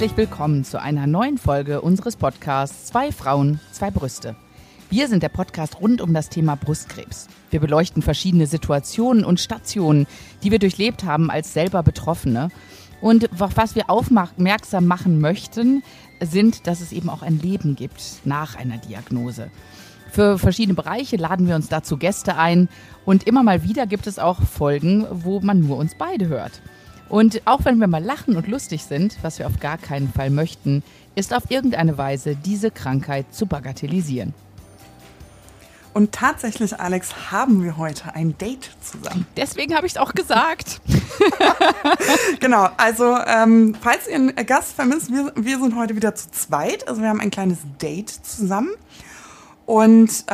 Herzlich willkommen zu einer neuen Folge unseres Podcasts Zwei Frauen, zwei Brüste. Wir sind der Podcast rund um das Thema Brustkrebs. Wir beleuchten verschiedene Situationen und Stationen, die wir durchlebt haben als selber Betroffene. Und was wir aufmerksam machen möchten, sind, dass es eben auch ein Leben gibt nach einer Diagnose. Für verschiedene Bereiche laden wir uns dazu Gäste ein und immer mal wieder gibt es auch Folgen, wo man nur uns beide hört. Und auch wenn wir mal lachen und lustig sind, was wir auf gar keinen Fall möchten, ist auf irgendeine Weise diese Krankheit zu bagatellisieren. Und tatsächlich, Alex, haben wir heute ein Date zusammen. Deswegen habe ich es auch gesagt. Genau, also falls ihr einen Gast vermisst, wir sind heute wieder zu zweit. Also wir haben ein kleines Date zusammen. Und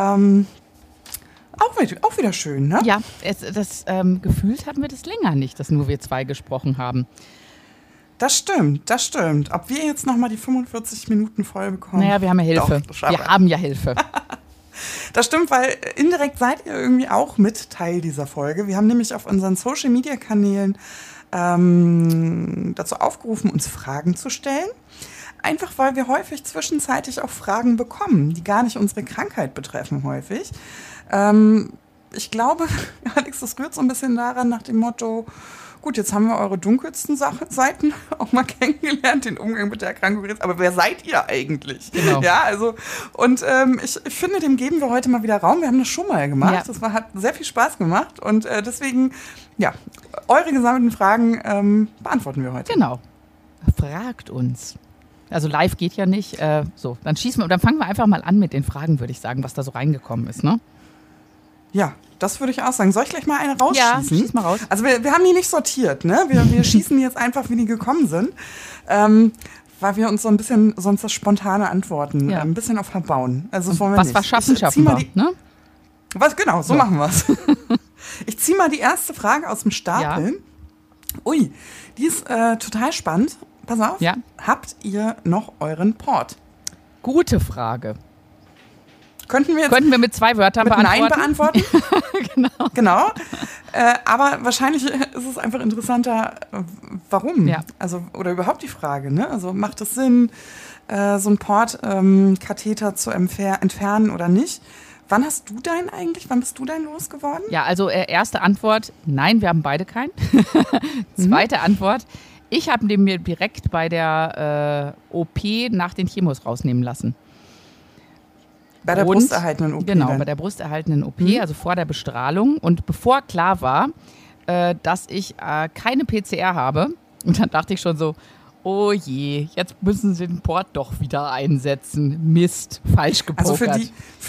auch wieder schön, ne? Ja, gefühlt hatten wir das länger nicht, dass nur wir zwei gesprochen haben. Das stimmt. Ob wir jetzt nochmal die 45 Minuten voll bekommen? Naja, wir haben ja Hilfe. Doch, wir haben ja Hilfe. Das stimmt, weil indirekt seid ihr irgendwie auch mit Teil dieser Folge. Wir haben nämlich auf unseren Social-Media-Kanälen dazu aufgerufen, uns Fragen zu stellen. Einfach, weil wir häufig zwischenzeitlich auch Fragen bekommen, die gar nicht unsere Krankheit betreffen häufig. Ich glaube, Alex, das rührt so ein bisschen daran nach dem Motto, gut, jetzt haben wir eure dunkelsten Seiten auch mal kennengelernt, den Umgang mit der Erkrankung jetzt, aber wer seid ihr eigentlich? Genau. Ja, also, und ich finde, dem geben wir heute mal wieder Raum. Wir haben das schon mal gemacht. Ja. Das hat sehr viel Spaß gemacht und deswegen, ja, eure gesammelten Fragen beantworten wir heute. Genau. Fragt uns. Also live geht ja nicht. Dann fangen wir einfach mal an mit den Fragen, würde ich sagen, was da so reingekommen ist, ne? Ja, das würde ich auch sagen. Soll ich gleich mal eine rausschießen? Ja, schieß mal raus. Also wir haben die nicht sortiert, ne? Wir schießen die jetzt einfach, wie die gekommen sind, weil wir uns so ein bisschen sonst das spontane Antworten ein bisschen auf verbauen. Also wollen wir was nicht. wir schaffen wir, ne? Was, genau, so machen wir es. Ich ziehe mal die erste Frage aus dem Stapel. Ja. Ui, die ist total spannend. Pass auf, Habt ihr noch euren Port? Gute Frage. Könnten wir mit 2 Wörtern beantworten? Nein beantworten? Genau. Aber wahrscheinlich ist es einfach interessanter, warum? Ja. Also, oder überhaupt die Frage, ne? Also macht es Sinn, so einen Port-Katheter zu entfernen oder nicht? Wann bist du dein losgeworden? Ja, also erste Antwort, nein, wir haben beide keinen. Zweite Antwort, ich habe den mir direkt bei der OP nach den Chemos rausnehmen lassen. Bei der brusterhaltenden OP? Genau, bei der brusterhaltenden OP, also vor der Bestrahlung. Und bevor klar war, dass ich keine PCR habe, und dann dachte ich schon so, oh je, jetzt müssen sie den Port doch wieder einsetzen. Mist, falsch gepokert. Also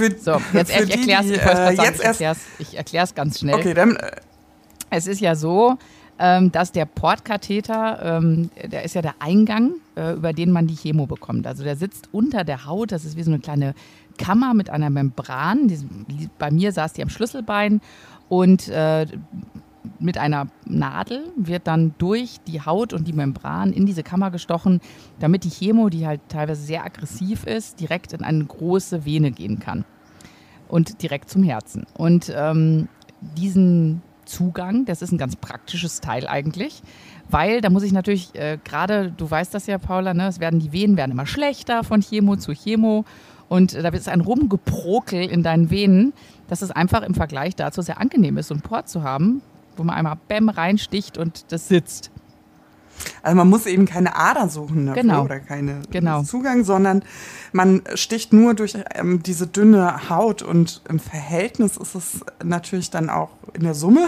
ich erkläre es ganz schnell. Okay, dann. Es ist ja so, dass der Portkatheter, der ist ja der Eingang, über den man die Chemo bekommt. Also der sitzt unter der Haut, das ist wie so eine kleine Kammer mit einer Membran. Bei mir saß die am Schlüsselbein und mit einer Nadel wird dann durch die Haut und die Membran in diese Kammer gestochen, damit die Chemo, die halt teilweise sehr aggressiv ist, direkt in eine große Vene gehen kann und direkt zum Herzen. Und diesen Zugang, das ist ein ganz praktisches Teil eigentlich, weil da muss ich natürlich gerade, du weißt das ja, Paula, ne, die Venen werden immer schlechter von Chemo zu Chemo und da ist ein Rumgeprokel in deinen Venen, dass es einfach im Vergleich dazu sehr angenehm ist, so einen Port zu haben, wo man einmal reinsticht und das sitzt. Also man muss eben keine Ader suchen dafür oder keinen Zugang, sondern man sticht nur durch diese dünne Haut und im Verhältnis ist es natürlich dann auch in der Summe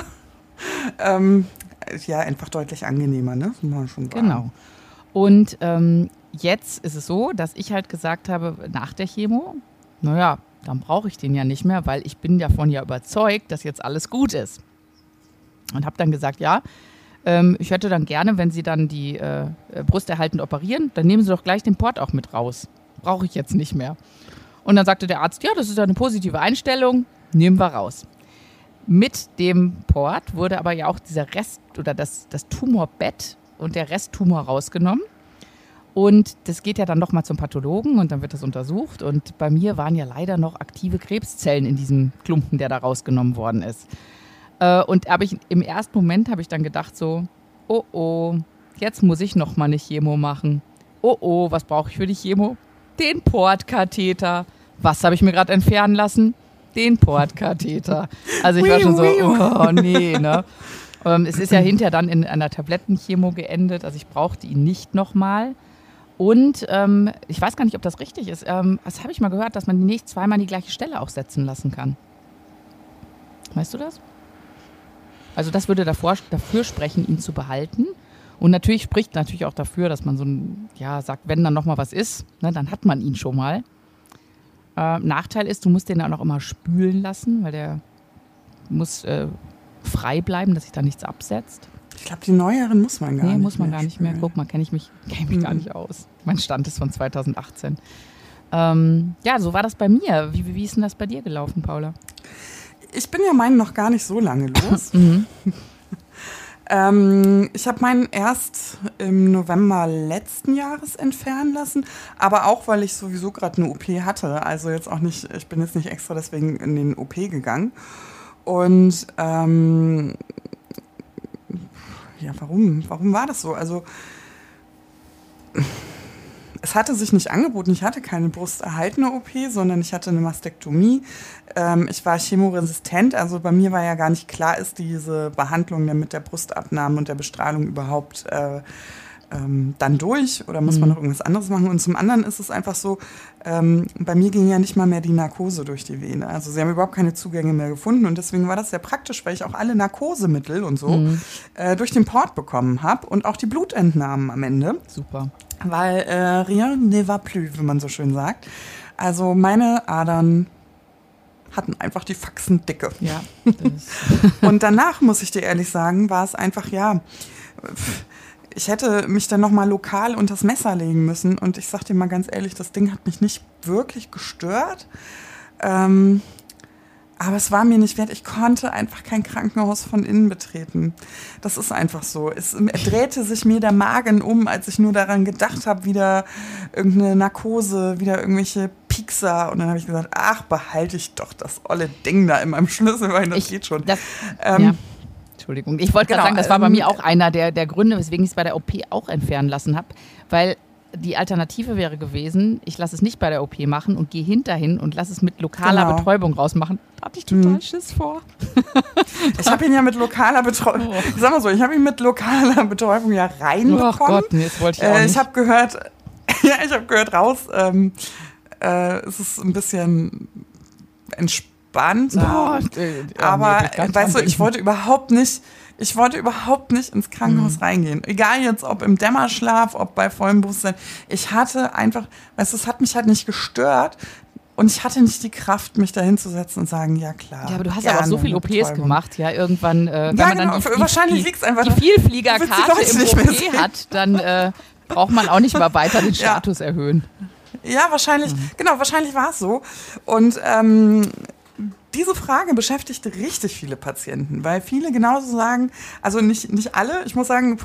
einfach deutlich angenehmer, ne? Das muss man schon sagen. Genau. Und jetzt ist es so, dass ich halt gesagt habe, nach der Chemo, naja, dann brauche ich den ja nicht mehr, weil ich bin davon ja überzeugt, dass jetzt alles gut ist. Und habe dann gesagt, ja, ich hätte dann gerne, wenn Sie dann die brusterhaltend operieren, dann nehmen Sie doch gleich den Port auch mit raus. Brauche ich jetzt nicht mehr. Und dann sagte der Arzt, ja, das ist eine positive Einstellung, nehmen wir raus. Mit dem Port wurde aber ja auch dieser Rest oder das Tumorbett und der Resttumor rausgenommen. Und das geht ja dann nochmal zum Pathologen und dann wird das untersucht. Und bei mir waren ja leider noch aktive Krebszellen in diesem Klumpen, der da rausgenommen worden ist. Und im ersten Moment habe ich dann gedacht so, oh, jetzt muss ich nochmal eine Chemo machen. oh, was brauche ich für die Chemo? Den Portkatheter. Was habe ich mir gerade entfernen lassen? Den Portkatheter. Also ich war schon so, oh nee, ne? Es ist ja hinterher dann in einer Tablettenchemo geendet, also ich brauchte ihn nicht nochmal. Und ich weiß gar nicht, ob das richtig ist. Das habe ich mal gehört, dass man nicht zweimal die gleiche Stelle auch setzen lassen kann. Weißt du das? Also das würde dafür sprechen, ihn zu behalten. Und natürlich spricht natürlich auch dafür, dass man so sagt, wenn dann nochmal was ist, ne, dann hat man ihn schon mal. Nachteil ist, du musst den dann auch immer spülen lassen, weil der muss frei bleiben, dass sich da nichts absetzt. Ich glaube, die neueren muss man gar nicht mehr. Nee, muss man gar nicht mehr. Guck mal, kenne ich mich gar nicht aus. Mein Stand ist von 2018. So war das bei mir. Wie ist denn das bei dir gelaufen, Paula? Ich bin ja meinen noch gar nicht so lange los. Ich habe meinen erst im November letzten Jahres entfernen lassen, aber auch, weil ich sowieso gerade eine OP hatte. Also jetzt auch nicht, ich bin jetzt nicht extra deswegen in den OP gegangen. Und warum war das so? Also es hatte sich nicht angeboten, ich hatte keine brusterhaltende OP, sondern ich hatte eine Mastektomie. Ich war chemoresistent, also bei mir war ja gar nicht klar, ist diese Behandlung dann mit der Brustabnahme und der Bestrahlung überhaupt dann durch oder muss man noch irgendwas anderes machen? Und zum anderen ist es einfach so, bei mir ging ja nicht mal mehr die Narkose durch die Vene. Also sie haben überhaupt keine Zugänge mehr gefunden und deswegen war das sehr praktisch, weil ich auch alle Narkosemittel und so durch den Port bekommen habe und auch die Blutentnahmen am Ende. Super. Weil rien ne va plus, wie man so schön sagt. Also meine Adern hatten einfach die Faxendicke. Ja. Und danach, muss ich dir ehrlich sagen, war es einfach, ich hätte mich dann nochmal lokal unters Messer legen müssen. Und ich sag dir mal ganz ehrlich, das Ding hat mich nicht wirklich gestört. Aber es war mir nicht wert. Ich konnte einfach kein Krankenhaus von innen betreten. Das ist einfach so. Es drehte sich mir der Magen um, als ich nur daran gedacht habe, wieder irgendeine Narkose, wieder irgendwelche Piekser. Und dann habe ich gesagt, ach, behalte ich doch das olle Ding da in meinem Schlüsselbein. Das geht schon. Entschuldigung, ich wollte gerade sagen, das war bei mir auch einer der Gründe, weswegen ich es bei der OP auch entfernen lassen habe, weil die Alternative wäre gewesen, ich lasse es nicht bei der OP machen und gehe hinterhin und lasse es mit lokaler Betäubung rausmachen. Da hatte ich total Schiss vor. Ich habe ihn ja mit lokaler Betäubung, ich sag mal so, ich habe ihn mit lokaler Betäubung ja reinbekommen. Ach Gott, nee, das wollte ich auch nicht. Ich habe gehört raus, es ist ein bisschen entspannt. Aber weißt du, ich wollte überhaupt nicht ins Krankenhaus reingehen. Egal jetzt, ob im Dämmerschlaf, ob bei vollem Bewusstsein. Ich hatte einfach, weißt du, es hat mich halt nicht gestört und ich hatte nicht die Kraft, mich da hinzusetzen und sagen, ja klar. Ja, aber du hast aber auch so viele OPs gemacht, ja, irgendwann, wenn man dann wahrscheinlich liegt's einfach die Vielfliegerkarte im OP hat, dann braucht man auch nicht mal weiter den Status erhöhen. Ja, wahrscheinlich war es so. Und diese Frage beschäftigt richtig viele Patienten, weil viele genauso sagen, also nicht alle, ich muss sagen,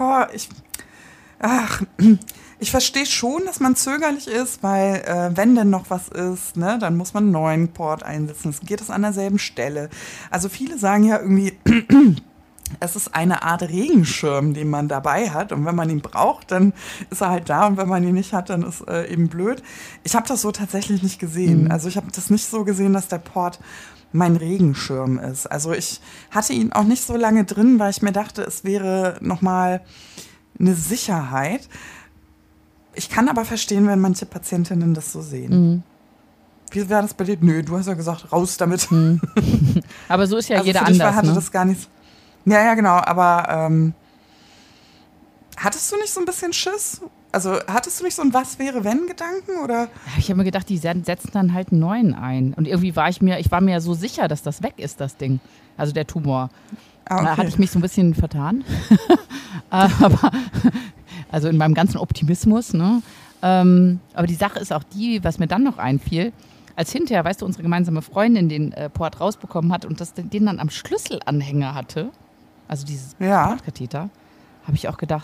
ich verstehe schon, dass man zögerlich ist, weil wenn denn noch was ist, ne, dann muss man einen neuen Port einsetzen, es geht es an derselben Stelle. Also viele sagen ja irgendwie, es ist eine Art Regenschirm, den man dabei hat und wenn man ihn braucht, dann ist er halt da und wenn man ihn nicht hat, dann ist eben blöd. Ich habe das so tatsächlich nicht gesehen. Also ich habe das nicht so gesehen, dass der Port mein Regenschirm ist. Also ich hatte ihn auch nicht so lange drin, weil ich mir dachte, es wäre nochmal eine Sicherheit. Ich kann aber verstehen, wenn manche Patientinnen das so sehen. Wie war das bei dir? Nö, du hast ja gesagt, raus damit. Aber so ist ja also jeder anders. anders. Hatte das gar nicht. Ja, genau. Aber hattest du nicht so ein bisschen Schiss? Also hattest du nicht so ein Was-wäre-wenn-Gedanken? Oder? Ja, ich habe mir gedacht, die setzen dann halt einen neuen ein. Und irgendwie war ich war mir ja so sicher, dass das weg ist, das Ding. Also der Tumor. Okay. Da hatte ich mich so ein bisschen vertan. Aber, also in meinem ganzen Optimismus. Ne? Aber die Sache ist auch die, was mir dann noch einfiel, als hinterher, weißt du, unsere gemeinsame Freundin den Port rausbekommen hat und den dann am Schlüsselanhänger hatte, also dieses Portkatheter, habe ich auch gedacht,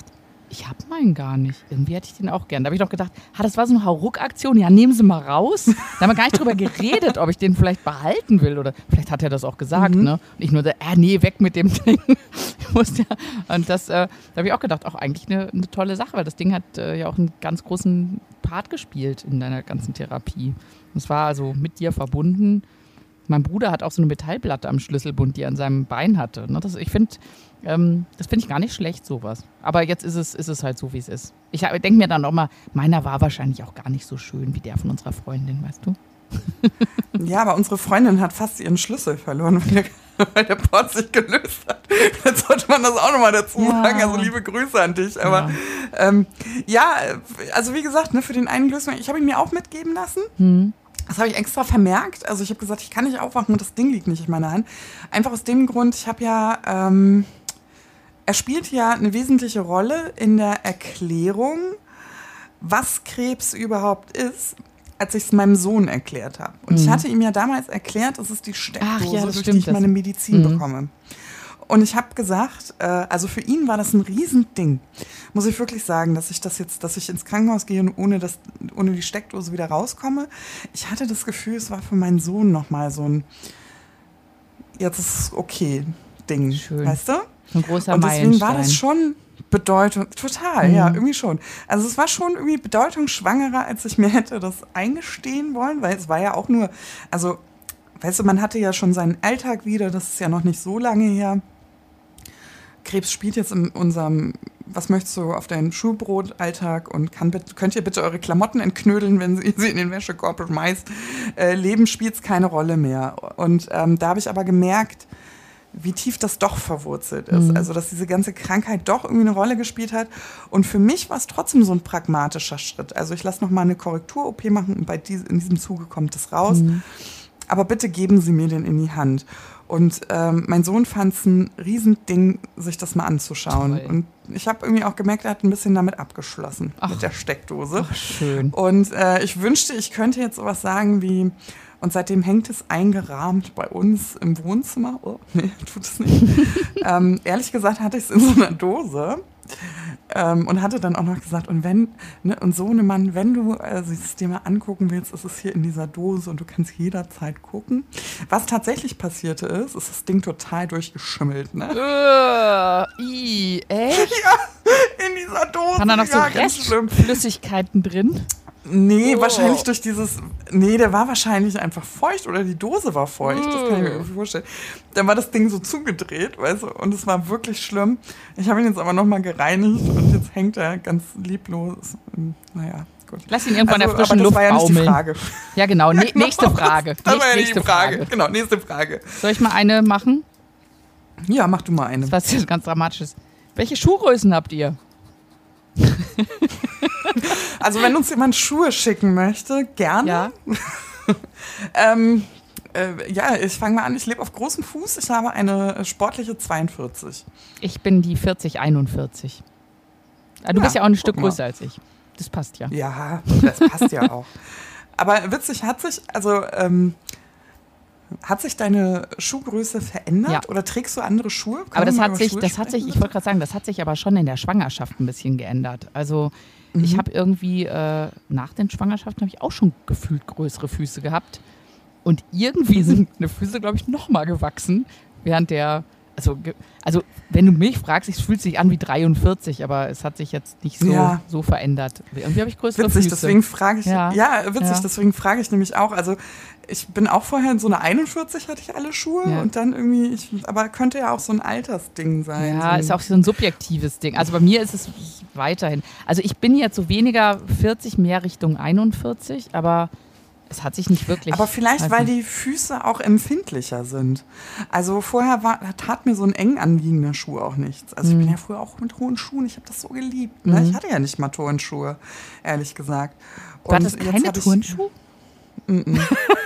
Ich habe meinen gar nicht. Irgendwie hätte ich den auch gern. Da habe ich doch gedacht, das war so eine Hauruck-Aktion. Ja, nehmen Sie mal raus. Da haben wir gar nicht drüber geredet, ob ich den vielleicht behalten will. Oder vielleicht hat er das auch gesagt. Ne? Und ich nur so, nee, weg mit dem Ding. Und da habe ich auch gedacht, auch eigentlich eine tolle Sache, weil das Ding hat ja auch einen ganz großen Part gespielt in deiner ganzen Therapie. Und es war also mit dir verbunden. Mein Bruder hat auch so eine Metallplatte am Schlüsselbund, die er an seinem Bein hatte. Ne? Das finde ich gar nicht schlecht, sowas. Aber jetzt ist es halt so, wie es ist. Ich denke mir dann auch mal, meiner war wahrscheinlich auch gar nicht so schön wie der von unserer Freundin, weißt du? Ja, aber unsere Freundin hat fast ihren Schlüssel verloren, weil der Port sich gelöst hat. Jetzt sollte man das auch nochmal dazu sagen. Also liebe Grüße an dich. Aber also wie gesagt, ne, für den einen Glücksmann, ich habe ihn mir auch mitgeben lassen. Das habe ich extra vermerkt. Also ich habe gesagt, ich kann nicht aufwachen und das Ding liegt nicht in meiner Hand. Einfach aus dem Grund, ich habe ja... er spielt ja eine wesentliche Rolle in der Erklärung, was Krebs überhaupt ist, als ich es meinem Sohn erklärt habe. Und ich hatte ihm ja damals erklärt, das ist die Steckdose, durch die ich meine Medizin bekomme. Und ich habe gesagt, also für ihn war das ein Riesending. Muss ich wirklich sagen, dass ich ins Krankenhaus gehe und ohne die Steckdose wieder rauskomme. Ich hatte das Gefühl, es war für meinen Sohn nochmal so ein, jetzt ist es okay Ding, schön. Weißt du? So ein großer und deswegen Meilenstein. war das schon ja, irgendwie schon. Also es war schon irgendwie bedeutungsschwangerer, als ich mir hätte das eingestehen wollen, weil es war ja auch nur, also, weißt du, man hatte ja schon seinen Alltag wieder, das ist ja noch nicht so lange her. Krebs spielt jetzt in unserem, was möchtest du, auf deinen Schulbrot-Alltag und könnt ihr bitte eure Klamotten entknödeln, wenn ihr sie in den Wäschekorb schmeißt. Leben spielt keine Rolle mehr. Und da habe ich aber gemerkt, wie tief das doch verwurzelt ist. Also, dass diese ganze Krankheit doch irgendwie eine Rolle gespielt hat. Und für mich war es trotzdem so ein pragmatischer Schritt. Also, ich lasse noch mal eine Korrektur-OP machen und in diesem Zuge kommt es raus. Aber bitte geben Sie mir den in die Hand. Und mein Sohn fand es ein Riesending, sich das mal anzuschauen. Toll. Und ich habe irgendwie auch gemerkt, er hat ein bisschen damit abgeschlossen, mit der Steckdose. Ach, schön. Und ich wünschte, ich könnte jetzt sowas sagen wie, und seitdem hängt es eingerahmt bei uns im Wohnzimmer. Oh, nee, tut es nicht. Ehrlich gesagt hatte ich es in so einer Dose. Und hatte dann auch noch gesagt, und Sohnemann, wenn du es dir mal angucken willst, ist es hier in dieser Dose und du kannst jederzeit gucken. Was tatsächlich passierte ist das Ding total durchgeschimmelt. Ne? Echt? Ja, in dieser Dose. Waren da noch so Restflüssigkeiten drin? Nee, wahrscheinlich durch dieses... Nee, der war wahrscheinlich einfach feucht oder die Dose war feucht. Das kann ich mir irgendwie vorstellen. Dann war das Ding so zugedreht, weißt du, und es war wirklich schlimm. Ich habe ihn jetzt aber nochmal gereinigt und jetzt hängt er ganz lieblos. Naja, gut. Lass ihn irgendwann in der frischen Luft baumeln. Das war ja nicht die Frage. Ja, genau. Nächste Frage. Das war ja nicht die Frage. Genau, nächste Frage. Soll ich mal eine machen? Ja, mach du mal eine. Das ist ganz dramatisch. Welche Schuhgrößen habt ihr? Also wenn uns jemand Schuhe schicken möchte, gerne. Ja, ich fange mal an. Ich lebe auf großem Fuß. Ich habe eine sportliche 42. Ich bin die 4041. Du bist ja auch ein Stück größer als ich. Das passt ja. Ja, das passt ja auch. Aber witzig, hat sich deine Schuhgröße verändert? Ja. Oder trägst du andere Schuhe? Aber das hat sich, ich wollte gerade sagen, das hat sich aber schon in der Schwangerschaft ein bisschen geändert. Also ich habe irgendwie, nach den Schwangerschaften habe ich auch schon gefühlt größere Füße gehabt. Und irgendwie sind meine Füße, glaube ich, nochmal gewachsen. Während also wenn du mich fragst, es fühlt sich an wie 43, aber es hat sich jetzt nicht so verändert. Irgendwie habe ich größere Füße. Deswegen frage ich, deswegen frage ich nämlich auch, also ich bin auch vorher in so einer 41, hatte ich alle Schuhe und dann irgendwie, aber könnte ja auch so ein Altersding sein. Ja, ist auch so ein subjektives Ding. Also bei mir ist es weiterhin, also ich bin jetzt so weniger 40, mehr Richtung 41, aber es hat sich nicht wirklich... Aber vielleicht, weil die Füße auch empfindlicher sind. Also vorher tat mir so ein eng anliegender Schuh auch nichts. Also ich bin ja früher auch mit hohen Schuhen, ich habe das so geliebt. Ne? Ich hatte ja nicht mal Turnschuhe, ehrlich gesagt. War das keine Turnschuhe? Nee.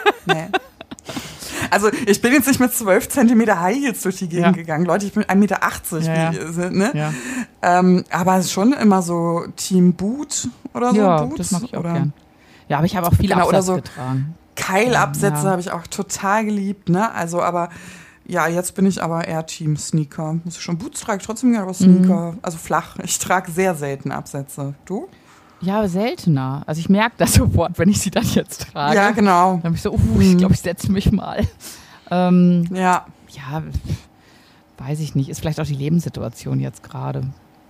Also ich bin jetzt nicht mit 12 Zentimeter High Heels durch die Gegend gegangen. Leute, ich bin 1,80 Meter. Ne? Ja. Aber es ist schon immer so Team Boot oder so. Ja, Boots, das mache ich auch gern. Ja, aber ich habe auch viele Absätze getragen. Keilabsätze habe ich auch total geliebt. Ne? Also, aber Ja, jetzt bin ich aber eher Team Sneaker. Muss ich schon Boots trage ich trotzdem gerne, aber Sneaker, also flach. Ich trage sehr selten Absätze. Du? Ja, seltener. Also ich merke das sofort, wenn ich sie dann jetzt trage. Ja, genau. Dann bin ich so, ich glaube, ich setze mich mal. Ja. Ja, weiß ich nicht. Ist vielleicht auch die Lebenssituation jetzt gerade.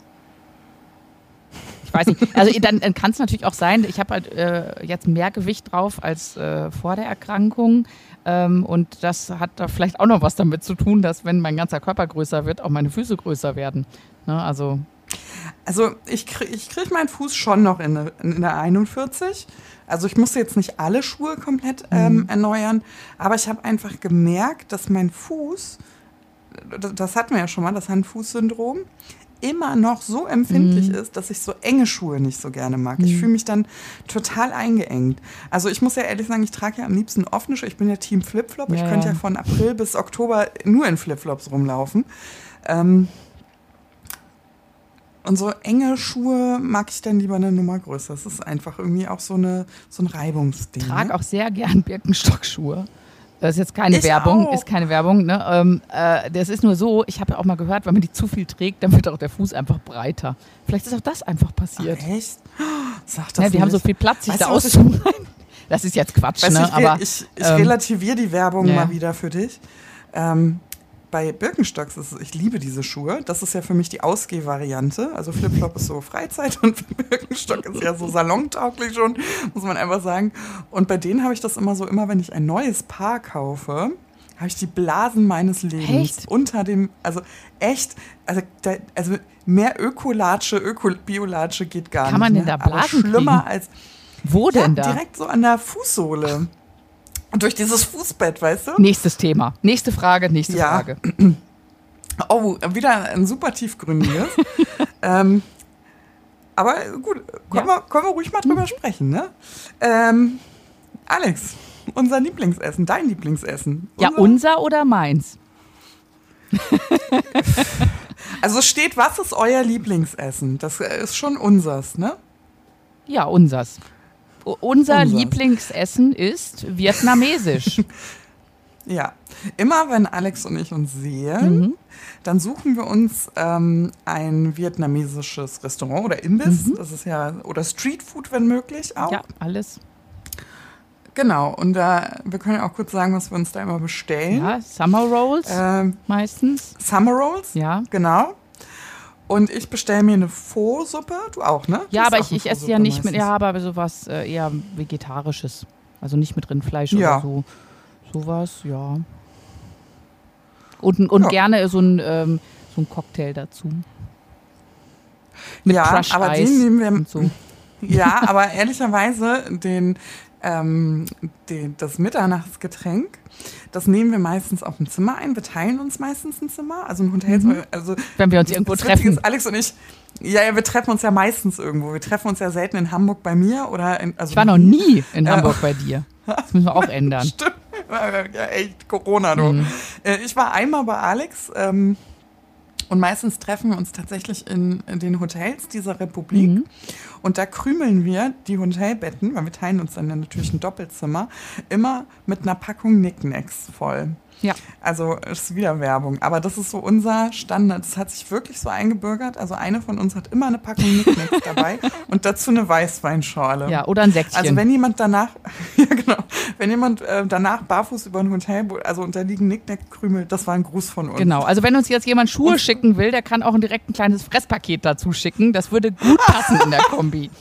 Ich weiß nicht. Also dann kann es natürlich auch sein, ich habe halt jetzt mehr Gewicht drauf als vor der Erkrankung. Und das hat da vielleicht auch noch was damit zu tun, dass wenn mein ganzer Körper größer wird, auch meine Füße größer werden. Ne, also ich krieg meinen Fuß schon noch in der 41. Also ich musste jetzt nicht alle Schuhe komplett erneuern, aber ich habe einfach gemerkt, dass mein Fuß, das hatten wir ja schon mal, das Hand-Fuß-Syndrom, immer noch so empfindlich ist, dass ich so enge Schuhe nicht so gerne mag. Ich fühle mich dann total eingeengt. Also ich muss ja ehrlich sagen, ich trage ja am liebsten offene Schuhe. Ich bin ja Team Flipflop. Ich könnte ja von April bis Oktober nur in Flipflops rumlaufen. Und so enge Schuhe mag ich dann lieber eine Nummer größer. Das ist einfach irgendwie auch so ein Reibungsding. Ich trage auch sehr gern Birkenstock-Schuhe. Das ist jetzt keine Werbung, ist keine Werbung. Ne? Das ist nur so, ich habe ja auch mal gehört, wenn man die zu viel trägt, dann wird auch der Fuß einfach breiter. Vielleicht ist auch das einfach passiert. Ach, echt? Sag das ja, die nicht. haben so viel Platz, sich weißt da auszuholen. Das ist jetzt Quatsch, ne? Aber ich relativiere die Werbung mal wieder für dich. Bei Birkenstocks ich liebe diese Schuhe. Das ist ja für mich die Ausgehvariante. Also Flipflop ist so Freizeit und Birkenstock ist ja so salontauglich schon, muss man einfach sagen. Und bei denen habe ich das immer wenn ich ein neues Paar kaufe, habe ich die Blasen meines Lebens echt? Unter dem, also echt, also mehr Ökolatsche, Biolatsche geht gar nicht. Kann man denn da Blasen schlimmer kriegen? als wo denn da? Direkt so an der Fußsohle. Und durch dieses Fußbett, weißt du? Nächstes Thema. Nächste Frage, nächste Frage. Oh, wieder ein super tiefgründiges. Aber gut, können wir ruhig mal drüber sprechen, ne? Alex, unser Lieblingsessen, dein Lieblingsessen. Ja, unser oder meins? Also es steht, was ist euer Lieblingsessen? Das ist schon unsers, ne? Ja, unsers. Unser Lieblingsessen ist vietnamesisch. Ja, immer wenn Alex und ich uns sehen, dann suchen wir uns ein vietnamesisches Restaurant oder Imbiss. Das ist ja, oder Streetfood, wenn möglich auch. Ja, alles. Genau, und wir können ja auch kurz sagen, was wir uns da immer bestellen. Ja, Summer Rolls meistens. Summer Rolls? Ja. Genau. Und ich bestelle mir eine Pho-Suppe. Du auch, ne? Ja, aber ich esse ja nicht mit, aber sowas eher Vegetarisches. Also nicht mit Rindfleisch oder so. Sowas, ja. Und gerne so ein Cocktail dazu. Mit Crush aber Eis den nehmen wir. Und so. Ja, aber ehrlicherweise das Mitternachtsgetränk, das nehmen wir meistens auf dem Zimmer ein. Wir teilen uns meistens ein Zimmer. Also ein Hotel, wenn wir uns irgendwo treffen. Ist, Alex und ich, ja, wir treffen uns ja meistens irgendwo. Wir treffen uns ja selten in Hamburg bei mir oder ich war noch nie in Hamburg bei dir. Das müssen wir auch ändern. Stimmt. Ja, echt, Corona, du. Ich war einmal bei Alex und meistens treffen wir uns tatsächlich in den Hotels dieser Republik. Und da krümeln wir die Hotelbetten, weil wir teilen uns dann ja natürlich ein Doppelzimmer, immer mit einer Packung Knickknacks voll. Ja. Also ist wieder Werbung. Aber das ist so unser Standard. Das hat sich wirklich so eingebürgert. Also eine von uns hat immer eine Packung Knickknacks dabei und dazu eine Weißweinschorle. Ja, oder ein Säckchen. Also wenn jemand danach, danach barfuß über ein Hotel, also unter liegen Knickknack krümelt, das war ein Gruß von uns. Genau, also wenn uns jetzt jemand Schuhe schicken will, der kann auch direkt ein kleines Fresspaket dazu schicken. Das würde gut passen in der Kombi.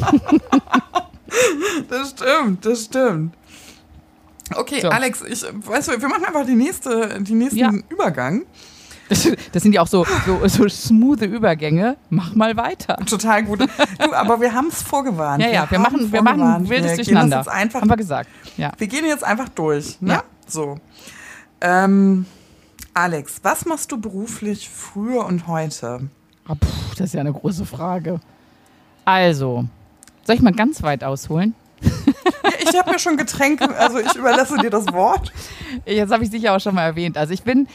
Das stimmt. Okay, so. Alex, wir machen einfach den nächsten Übergang. Das sind ja auch so smooth Übergänge. Mach mal weiter. Total gut. Du, aber wir haben es vorgewarnt. Ja, wir machen wildes Durcheinander. Haben wir gesagt. Ja. Wir gehen jetzt einfach durch. Ne? Ja. So. Alex, was machst du beruflich früher und heute? Das ist ja eine große Frage. Also, soll ich mal ganz weit ausholen? Ja, ich habe mir schon Getränke, also ich überlasse dir das Wort. Jetzt habe ich sicher auch schon mal erwähnt. Also ich bin,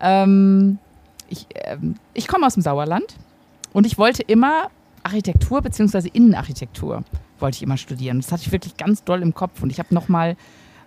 ich komme aus dem Sauerland und ich wollte immer Architektur bzw. Innenarchitektur wollte ich immer studieren. Das hatte ich wirklich ganz doll im Kopf und ich habe nochmal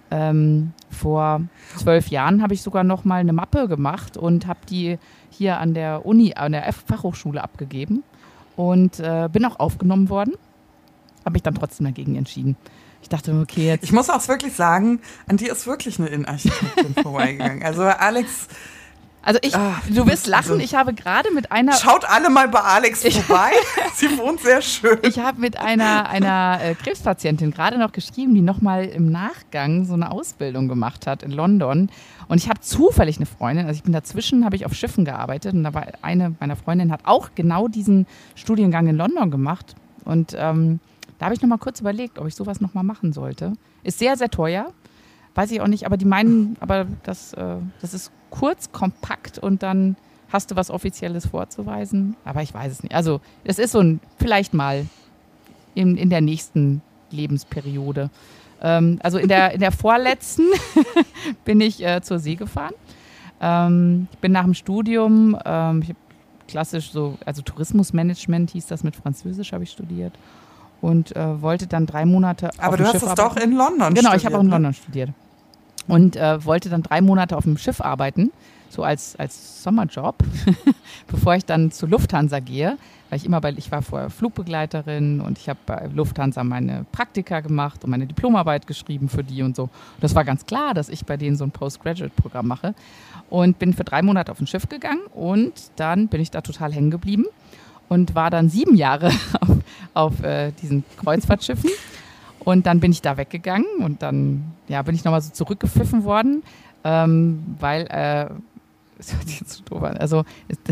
Vor 12 Jahren habe ich sogar noch mal eine Mappe gemacht und habe die hier an der Uni, an der Fachhochschule abgegeben und bin auch aufgenommen worden. Habe mich dann trotzdem dagegen entschieden. Ich dachte, okay, jetzt... Ich muss auch wirklich sagen, an dir ist wirklich eine Innenarchitektin vorbeigegangen. Also Alex... Also du wirst lachen, ich habe gerade mit einer... Schaut alle mal bei Alex vorbei, sie wohnt sehr schön. Ich habe mit einer Krebspatientin gerade noch geschrieben, die nochmal im Nachgang so eine Ausbildung gemacht hat in London. Und ich habe zufällig eine Freundin, also ich bin dazwischen, habe ich auf Schiffen gearbeitet und da war eine meiner Freundinnen, hat auch genau diesen Studiengang in London gemacht. Und da habe ich nochmal kurz überlegt, ob ich sowas nochmal machen sollte. Ist sehr, sehr teuer. Weiß ich auch nicht, aber die meinen, aber das ist kurz, kompakt und dann hast du was Offizielles vorzuweisen. Aber ich weiß es nicht. Also es ist so vielleicht mal in der nächsten Lebensperiode. Also in der vorletzten bin ich zur See gefahren. Ich bin nach dem Studium, ich habe klassisch also Tourismusmanagement hieß das, mit Französisch habe ich studiert. Und wollte dann 3 Monate aber auf dem Schiff arbeiten. Aber du hast es doch in London studiert. Genau, ich habe auch in London studiert. Und wollte dann 3 Monate auf dem Schiff arbeiten, so als Sommerjob, bevor ich dann zur Lufthansa gehe. Weil ich war vorher Flugbegleiterin und ich habe bei Lufthansa meine Praktika gemacht und meine Diplomarbeit geschrieben für die und so. Und das war ganz klar, dass ich bei denen so ein Postgraduate-Programm mache. Und bin für 3 Monate auf ein Schiff gegangen und dann bin ich da total hängen geblieben und war dann 7 Jahre auf diesen Kreuzfahrtschiffen. Und dann bin ich da weggegangen und dann bin ich nochmal so zurückgepfiffen worden, weil, das hört sich jetzt so doof an, also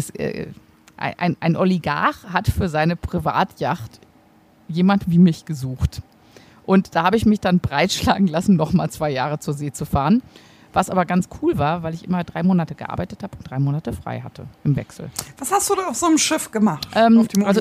ein Oligarch hat für seine Privatjacht jemand wie mich gesucht. Und da habe ich mich dann breitschlagen lassen, nochmal 2 Jahre zur See zu fahren. Was aber ganz cool war, weil ich immer 3 Monate gearbeitet habe und 3 Monate frei hatte im Wechsel. Was hast du da auf so einem Schiff gemacht? Also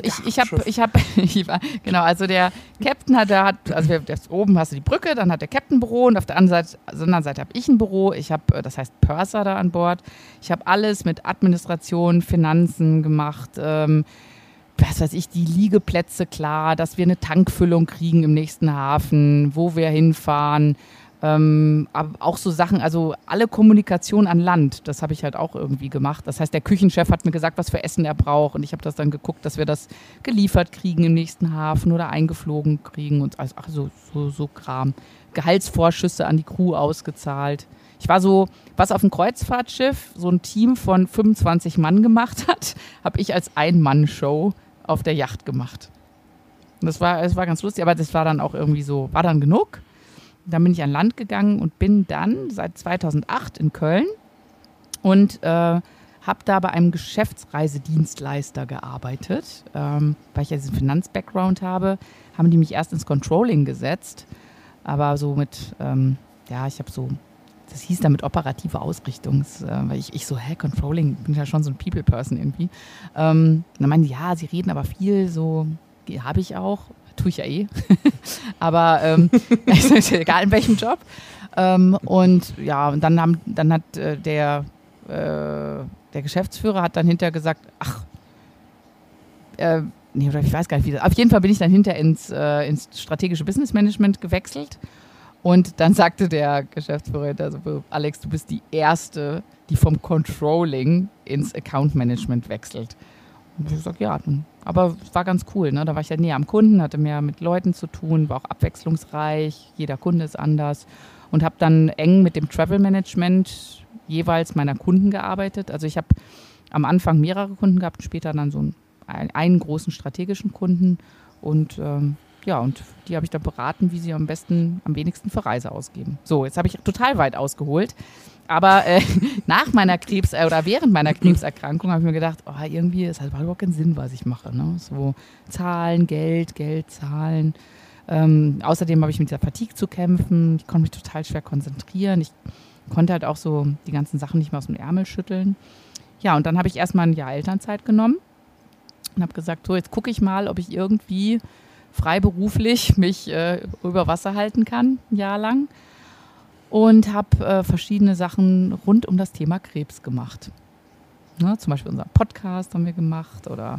genau, also der Captain oben hast du die Brücke, dann hat der Captain ein Büro und auf der anderen Seite habe ich ein Büro. Ich habe, das heißt Purser da an Bord. Ich habe alles mit Administration, Finanzen gemacht, was weiß ich, die Liegeplätze klar, dass wir eine Tankfüllung kriegen im nächsten Hafen, wo wir hinfahren. Aber auch so Sachen, also alle Kommunikation an Land, das habe ich halt auch irgendwie gemacht. Das heißt, der Küchenchef hat mir gesagt, was für Essen er braucht und ich habe das dann geguckt, dass wir das geliefert kriegen im nächsten Hafen oder eingeflogen kriegen und so Kram. Gehaltsvorschüsse an die Crew ausgezahlt. Ich war so, was auf dem Kreuzfahrtschiff so ein Team von 25 Mann gemacht hat, habe ich als Ein-Mann-Show auf der Yacht gemacht. Und das war ganz lustig, aber das war dann auch irgendwie so, war dann genug. Dann bin ich an Land gegangen und bin dann seit 2008 in Köln und habe da bei einem Geschäftsreisedienstleister gearbeitet. Weil ich ja diesen Finanz-Background habe, haben die mich erst ins Controlling gesetzt. Aber so mit, ich habe so, das hieß damit operative Ausrichtung. Weil ich so, Controlling, bin ja schon so ein People-Person irgendwie. Und dann meinen die, ja, sie reden aber viel, so, habe ich auch. Tue ich ja eh. Aber ist egal in welchem Job. Und dann hat der Geschäftsführer hat dann hinterher gesagt, oder ich weiß gar nicht, wie das. Auf jeden Fall bin ich dann hinterher ins strategische Business Management gewechselt. Und dann sagte der Geschäftsführer, also Alex, du bist die Erste, die vom Controlling ins Account Management wechselt. Und ich habe gesagt, ja, aber es war ganz cool. Ne? Da war ich ja näher am Kunden, hatte mehr mit Leuten zu tun, war auch abwechslungsreich, jeder Kunde ist anders und habe dann eng mit dem Travel Management jeweils meiner Kunden gearbeitet. Also ich habe am Anfang mehrere Kunden gehabt, später dann so einen großen strategischen Kunden und und die habe ich dann beraten, wie sie am wenigsten für Reise ausgeben. So, jetzt habe ich total weit ausgeholt. Aber während meiner Krebserkrankung habe ich mir gedacht, irgendwie ist halt überhaupt keinen Sinn, was ich mache. Ne? So Zahlen, Geld, Zahlen. Außerdem habe ich mit dieser Fatigue zu kämpfen. Ich konnte mich total schwer konzentrieren. Ich konnte halt auch so die ganzen Sachen nicht mehr aus dem Ärmel schütteln. Ja, und dann habe ich erstmal ein Jahr Elternzeit genommen und habe gesagt, so jetzt gucke ich mal, ob ich irgendwie freiberuflich mich über Wasser halten kann, ein Jahr lang. Und habe verschiedene Sachen rund um das Thema Krebs gemacht. Ne, zum Beispiel unseren Podcast haben wir gemacht oder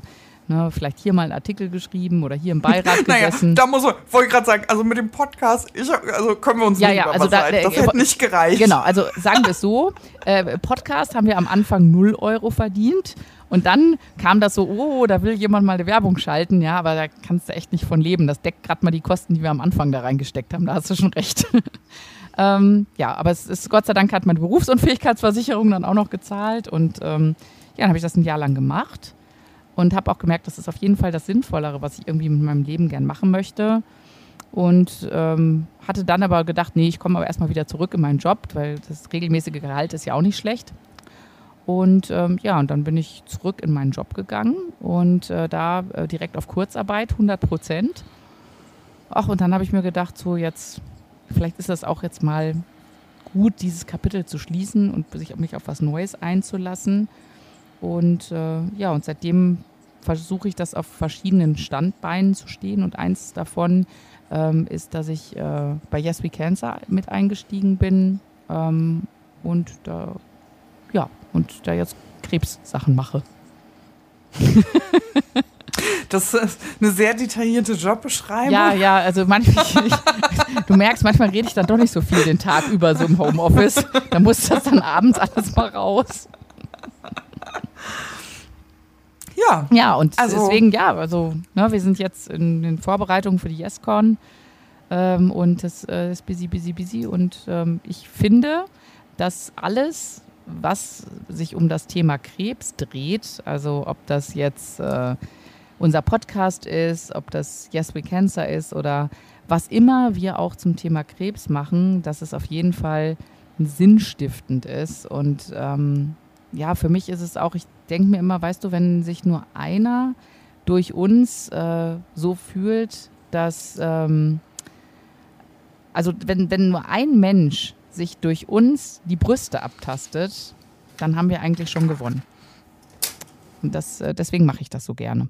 Ne, vielleicht hier mal einen Artikel geschrieben oder hier im Beirat gesessen. Da wollte ich gerade sagen, also mit dem Podcast, können wir uns nicht also das hätte nicht gereicht. Genau, also sagen wir es so, Podcast haben wir am Anfang 0 Euro verdient und dann kam das so, da will jemand mal eine Werbung schalten, ja, aber da kannst du echt nicht von leben. Das deckt gerade mal die Kosten, die wir am Anfang da reingesteckt haben, da hast du schon recht. Aber es ist, Gott sei Dank hat meine Berufsunfähigkeitsversicherung dann auch noch gezahlt und dann habe ich das ein Jahr lang gemacht. Und habe auch gemerkt, das ist auf jeden Fall das Sinnvollere, was ich irgendwie mit meinem Leben gern machen möchte. Und hatte dann aber gedacht, nee, ich komme aber erstmal wieder zurück in meinen Job, weil das regelmäßige Gehalt ist ja auch nicht schlecht. Und und dann bin ich zurück in meinen Job gegangen und da direkt auf Kurzarbeit, 100%. Ach, und dann habe ich mir gedacht, so jetzt, vielleicht ist das auch jetzt mal gut, dieses Kapitel zu schließen und mich auf was Neues einzulassen. Und und seitdem versuche ich das auf verschiedenen Standbeinen zu stehen. Und eins davon ist, dass ich bei Yes We Cancer mit eingestiegen bin und da jetzt Krebssachen mache. Das ist eine sehr detaillierte Jobbeschreibung. Ja, also du merkst, manchmal rede ich dann doch nicht so viel den Tag über so im Homeoffice. Da muss das dann abends alles mal raus. Ja, und deswegen, wir sind jetzt in den Vorbereitungen für die YesCon und das ist busy und ich finde, dass alles, was sich um das Thema Krebs dreht, also ob das jetzt unser Podcast ist, ob das Yes We Cancer ist oder was immer wir auch zum Thema Krebs machen, dass es auf jeden Fall sinnstiftend ist und für mich ist es auch, ich denke mir immer, weißt du, wenn sich nur einer durch uns so fühlt, dass, wenn nur ein Mensch sich durch uns die Brüste abtastet, dann haben wir eigentlich schon gewonnen. Und deswegen mache ich das so gerne.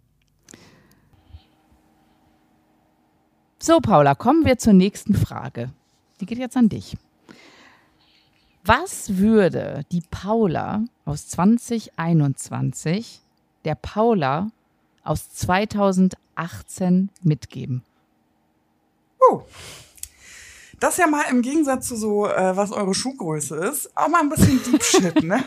So, Paula, kommen wir zur nächsten Frage. Die geht jetzt an dich. Was würde die Paula aus 2021 der Paula aus 2018 mitgeben? Das ist ja mal im Gegensatz zu so, was eure Schuhgröße ist, auch mal ein bisschen Deep Shit, ne?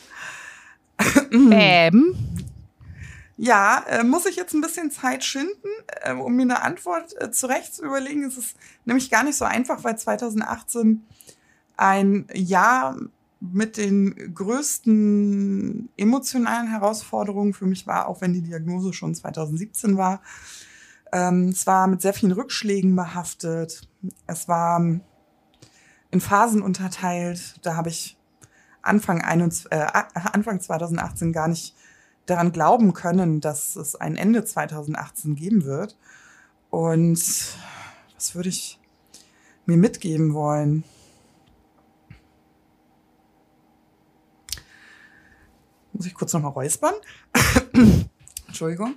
Ja, muss ich jetzt ein bisschen Zeit schinden, um mir eine Antwort zurecht zu überlegen. Es ist nämlich gar nicht so einfach, weil 2018 ein Jahr mit den größten emotionalen Herausforderungen für mich war, auch wenn die Diagnose schon 2017 war. Es war mit sehr vielen Rückschlägen behaftet. Es war in Phasen unterteilt. Da habe ich Anfang 2018 gar nicht daran glauben können, dass es ein Ende 2018 geben wird. Und was würde ich mir mitgeben wollen? Muss ich kurz nochmal räuspern? Entschuldigung.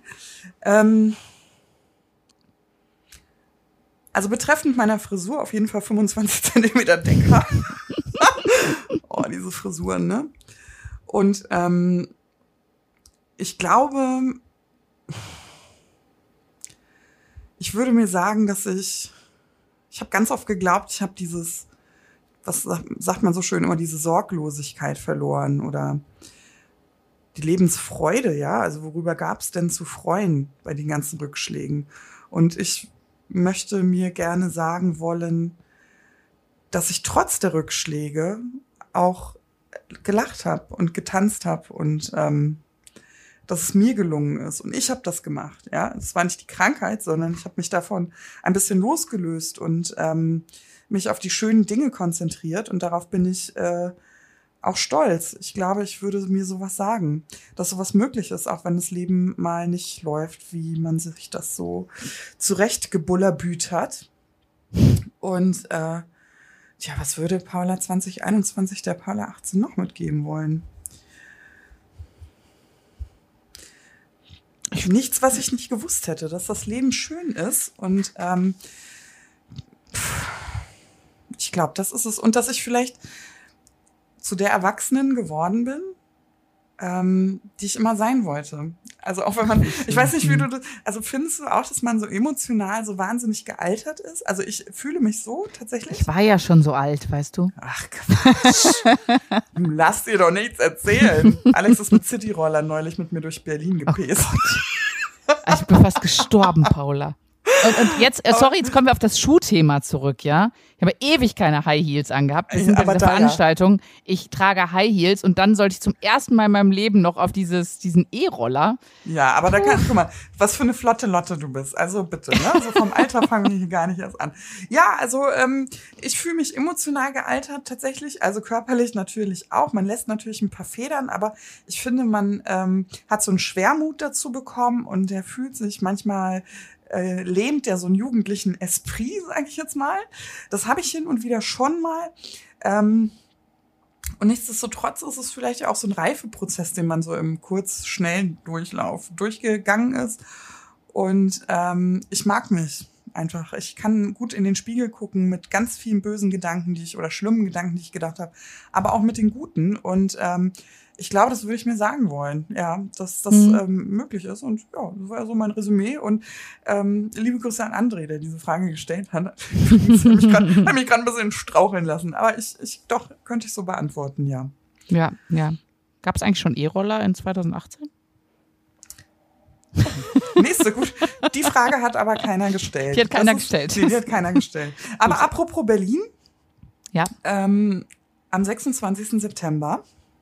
Also betreffend meiner Frisur auf jeden Fall 25 Zentimeter Decker. Oh, diese Frisuren, ne? Und ich glaube, ich würde mir sagen, dass ich habe ganz oft geglaubt, ich habe dieses, was sagt man so schön immer, diese Sorglosigkeit verloren oder die Lebensfreude, ja, also worüber gab es denn zu freuen bei den ganzen Rückschlägen? Und ich möchte mir gerne sagen wollen, dass ich trotz der Rückschläge auch gelacht habe und getanzt habe und dass es mir gelungen ist. Und ich habe das gemacht, ja. Es war nicht die Krankheit, sondern ich habe mich davon ein bisschen losgelöst und mich auf die schönen Dinge konzentriert und darauf bin ich auch stolz. Ich glaube, ich würde mir sowas sagen, dass sowas möglich ist, auch wenn das Leben mal nicht läuft, wie man sich das so zurechtgebullerbüht hat. Und was würde Paula 2021 der Paula 18 noch mitgeben wollen? Nichts, was ich nicht gewusst hätte, dass das Leben schön ist und ich glaube, das ist es. Und dass ich vielleicht zu der Erwachsenen geworden bin, die ich immer sein wollte. Also auch wenn man, ich weiß nicht, wie du das, also findest du auch, dass man so emotional so wahnsinnig gealtert ist? Also ich fühle mich so tatsächlich. Ich war ja schon so alt, weißt du. Ach Quatsch. Du lass dir doch nichts erzählen. Alex ist mit Cityroller neulich mit mir durch Berlin gepäst. Ich bin fast gestorben, Paula. Und jetzt, sorry, jetzt kommen wir auf das Schuhthema zurück, ja? Ich habe ewig keine High Heels angehabt. Wir sind bei dieser Veranstaltung. Ich trage High Heels und dann sollte ich zum ersten Mal in meinem Leben noch auf diesen E-Roller. Ja, aber da guck mal, was für eine flotte Lotte du bist. Also bitte, ne? Also vom Alter fangen wir hier gar nicht erst an. Ja, also ich fühle mich emotional gealtert tatsächlich, also körperlich natürlich auch. Man lässt natürlich ein paar Federn, aber ich finde, man hat so einen Schwermut dazu bekommen und der fühlt sich manchmal lähmt der so einen jugendlichen Esprit, sage ich jetzt mal. Das habe ich hin und wieder schon mal. Und nichtsdestotrotz ist es vielleicht auch so ein Reifeprozess, den man so im schnellen Durchlauf durchgegangen ist. Und ich mag mich einfach. Ich kann gut in den Spiegel gucken mit ganz vielen bösen Gedanken, oder schlimmen Gedanken, die ich gedacht habe, aber auch mit den guten. Und ich glaube, das würde ich mir sagen wollen, ja, dass das möglich ist. Und ja, das war ja so mein Resümee. Und liebe Grüße an André, der diese Frage gestellt hat. Hat mich gerade ein bisschen straucheln lassen. Aber doch, könnte ich so beantworten, ja. Ja. Gab es eigentlich schon E-Roller in 2018? Nächste, gut. Die Frage hat aber keiner gestellt. Die hat keiner gestellt. Die hat keiner gestellt. Aber apropos Berlin. Ja. Am 26. September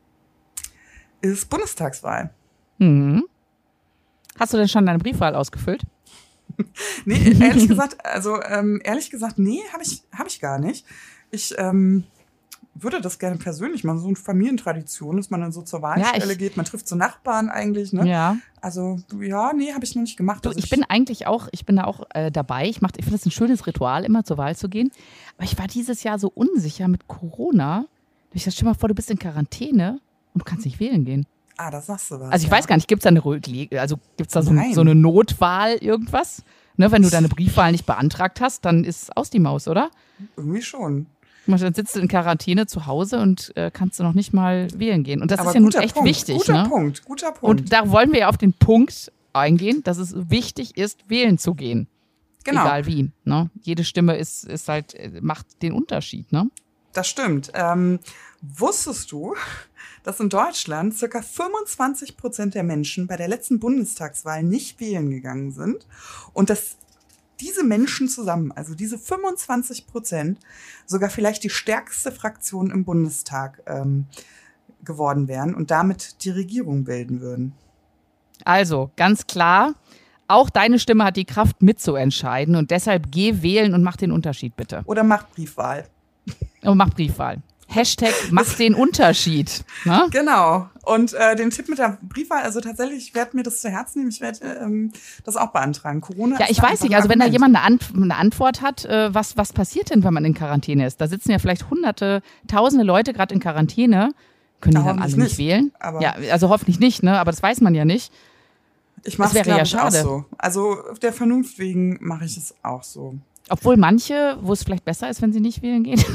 ist Bundestagswahl. Mhm. Hast du denn schon deine Briefwahl ausgefüllt? Nee, ehrlich gesagt, nee, hab ich gar nicht. Ich würde das gerne persönlich machen, so eine Familientradition, dass man dann so zur Wahlstelle geht, man trifft so Nachbarn eigentlich, ne? Ja. Also, ja, nee, habe ich noch nicht gemacht. Ich bin da auch dabei. Ich finde das ein schönes Ritual, immer zur Wahl zu gehen. Aber ich war dieses Jahr so unsicher mit Corona. Ich dachte, stell mal vor, du bist in Quarantäne und du kannst nicht wählen gehen. Ah, das sagst du was. Also ich weiß gar nicht, gibt es da so eine Notwahl, irgendwas? Ne, wenn du deine Briefwahl nicht beantragt hast, dann ist aus die Maus, oder? Irgendwie schon. Dann sitzt du in Quarantäne zu Hause und kannst du noch nicht mal wählen gehen. Und das Aber ist ja nun echt wichtig. Guter ne? Punkt. Und da wollen wir ja auf den Punkt eingehen, dass es wichtig ist, wählen zu gehen. Genau. Egal wie. Ne? Jede Stimme macht den Unterschied. Ne? Das stimmt. Wusstest du, dass in Deutschland ca. 25% der Menschen bei der letzten Bundestagswahl nicht wählen gegangen sind und dass diese Menschen zusammen, also diese 25%, sogar vielleicht die stärkste Fraktion im Bundestag geworden wären und damit die Regierung bilden würden? Also, ganz klar, auch deine Stimme hat die Kraft mitzuentscheiden und deshalb geh wählen und mach den Unterschied, bitte. Oder mach Briefwahl. Und mach Briefwahl. Hashtag macht den Unterschied. Ne? Genau. Und den Tipp mit der Briefwahl, also tatsächlich, ich werde mir das zu Herzen nehmen, ich werde das auch beantragen. Corona. Ja, ich weiß nicht, also wenn da jemand eine Antwort hat, was passiert denn, wenn man in Quarantäne ist? Da sitzen ja vielleicht tausende Leute gerade in Quarantäne. Können die dann alle nicht wählen? Ja, also hoffentlich nicht, ne? Aber das weiß man ja nicht. Ich mache es, glaube ich, auch so. Also der Vernunft wegen mache ich es auch so. Obwohl manche, wo es vielleicht besser ist, wenn sie nicht wählen gehen.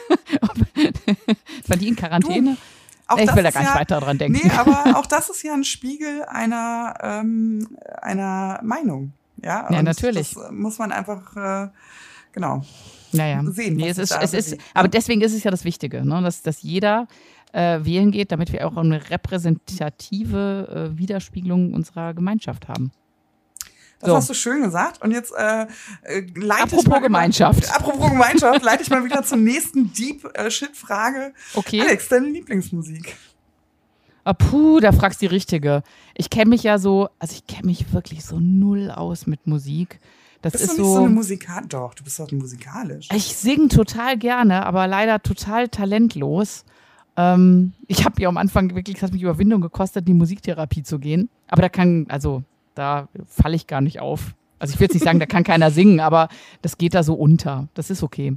Weil die in Quarantäne. Ich will da gar nicht weiter dran denken. Nee, aber auch das ist ja ein Spiegel einer Meinung. Ja, ja, natürlich. Das muss man einfach, sehen. Aber deswegen ist es ja das Wichtige, ne? dass jeder wählen geht, damit wir auch eine repräsentative Widerspiegelung unserer Gemeinschaft haben. Das hast du schön gesagt. Und jetzt Apropos Gemeinschaft, leite ich mal wieder zur nächsten Deep-Shit-Frage. Okay. Alex, deine Lieblingsmusik? Da fragst du die Richtige. Ich kenne mich wirklich so null aus mit Musik. Das bist ist du nicht so eine Musikalische? Doch, du bist doch musikalisch. Ich singe total gerne, aber leider total talentlos. Ich habe ja am Anfang wirklich, es hat mich Überwindung gekostet, in die Musiktherapie zu gehen. Aber da falle ich gar nicht auf. Also ich will jetzt nicht sagen, da kann keiner singen, aber das geht da so unter. Das ist okay.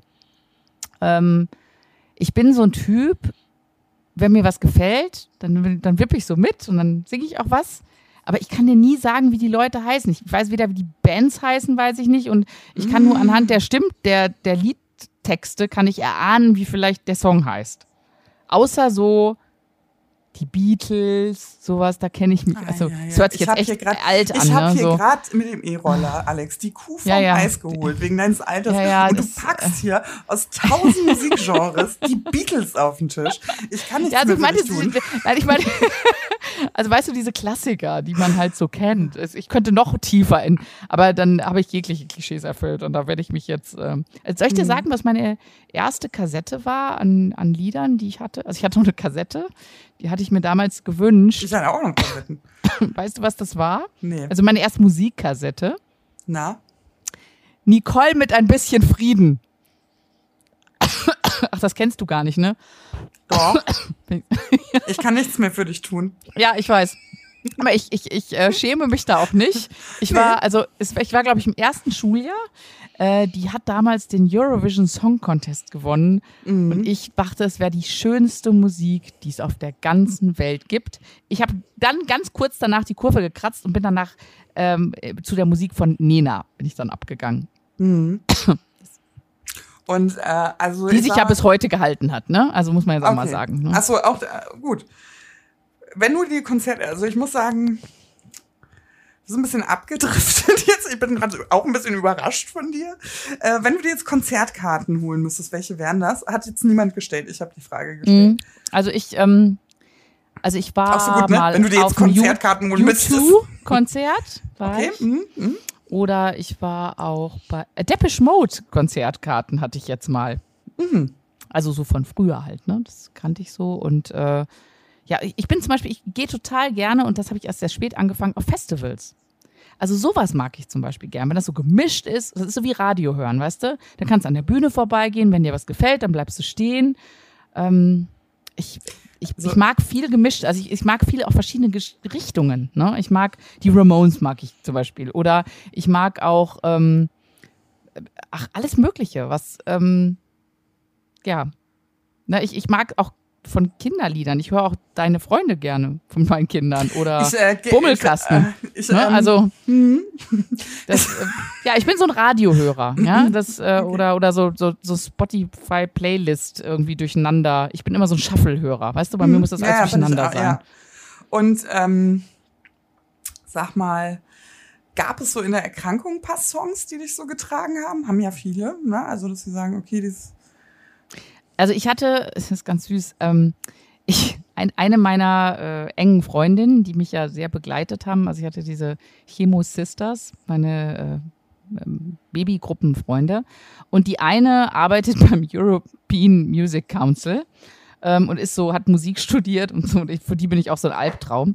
Ich bin so ein Typ, wenn mir was gefällt, dann wippe ich so mit und dann singe ich auch was. Aber ich kann dir nie sagen, wie die Leute heißen. Ich weiß weder, wie die Bands heißen, weiß ich nicht. Und ich kann nur anhand der Liedtexte kann ich erahnen, wie vielleicht der Song heißt. Außer so die Beatles, sowas, da kenne ich mich. Also, es hört sich jetzt echt alt an. Ich habe ne? hier So. gerade mit dem E-Roller, Alex, die Kuh vom Eis geholt, wegen deines Alters. Und du packst hier aus 1000 Musikgenres die Beatles auf den Tisch. Ich kann nichts mehr für dich tun. Ich meine, also weißt du, diese Klassiker, die man halt so kennt. Ich könnte noch tiefer aber dann habe ich jegliche Klischees erfüllt und da werde ich mich jetzt. Soll ich dir sagen, was meine erste Kassette war an Liedern, die ich hatte? Also ich hatte noch eine Kassette, die hatte ich mir damals gewünscht. Ich hatte auch noch Kassetten. Weißt du, was das war? Nee. Also meine erste Musikkassette. Na? Nicole mit ein bisschen Frieden. Ach, das kennst du gar nicht, ne? Doch. Ich kann nichts mehr für dich tun. Ja, ich weiß. Aber ich schäme mich da auch nicht. Ich war, glaube ich, im ersten Schuljahr. Die hat damals den Eurovision Song Contest gewonnen. Und ich dachte, es wäre die schönste Musik, die es auf der ganzen Welt gibt. Ich habe dann ganz kurz danach die Kurve gekratzt und bin danach zu der Musik von Nena bin ich dann abgegangen. Und also die sich ja bis heute gehalten hat, ne? Also muss man jetzt auch mal sagen. Ne? Achso, auch gut. Wenn du die Konzerte, also ich muss sagen, so ein bisschen abgedriftet jetzt. Ich bin gerade auch ein bisschen überrascht von dir. Wenn du dir jetzt Konzertkarten holen müsstest, welche wären das? Hat jetzt niemand gestellt. Ich habe die Frage gestellt. Also ich war auch so gut, ne? mal wenn du dir jetzt auf Konzertkarten holen müsstest. Konzert. Okay. Oder ich war auch bei Depeche Mode Konzertkarten hatte ich jetzt mal. Also so von früher halt, ne? Das kannte ich so. Und ja, ich bin zum Beispiel, ich gehe total gerne, und das habe ich erst sehr spät angefangen, auf Festivals. Also sowas mag ich zum Beispiel gern, wenn das so gemischt ist. Das ist so wie Radio hören, weißt du? Dann kannst du an der Bühne vorbeigehen, wenn dir was gefällt, dann bleibst du stehen. Ich mag viel gemischt, also ich mag viel auch verschiedene Richtungen. Ne? Ich mag die Ramones mag ich zum Beispiel. Oder ich mag auch alles Mögliche, was ja. Ne, ich mag auch von Kinderliedern. Ich höre auch Deine Freunde gerne von meinen Kindern oder Bummelkasten. Also ja, ich bin so ein Radiohörer, ja, oder so Spotify Playlist irgendwie durcheinander. Ich bin immer so ein Shuffle-Hörer, weißt du, bei mir muss das alles durcheinander sein. Ja. Und sag mal, gab es so in der Erkrankung ein paar Songs, die dich so getragen haben? Haben ja viele, ne? Also dass sie sagen, okay, Also ich hatte, es ist ganz süß, eine meiner engen Freundinnen, die mich ja sehr begleitet haben, also ich hatte diese Chemo Sisters, meine Babygruppenfreunde, und die eine arbeitet beim European Music Council und hat Musik studiert und so, und für die bin ich auch so ein Albtraum.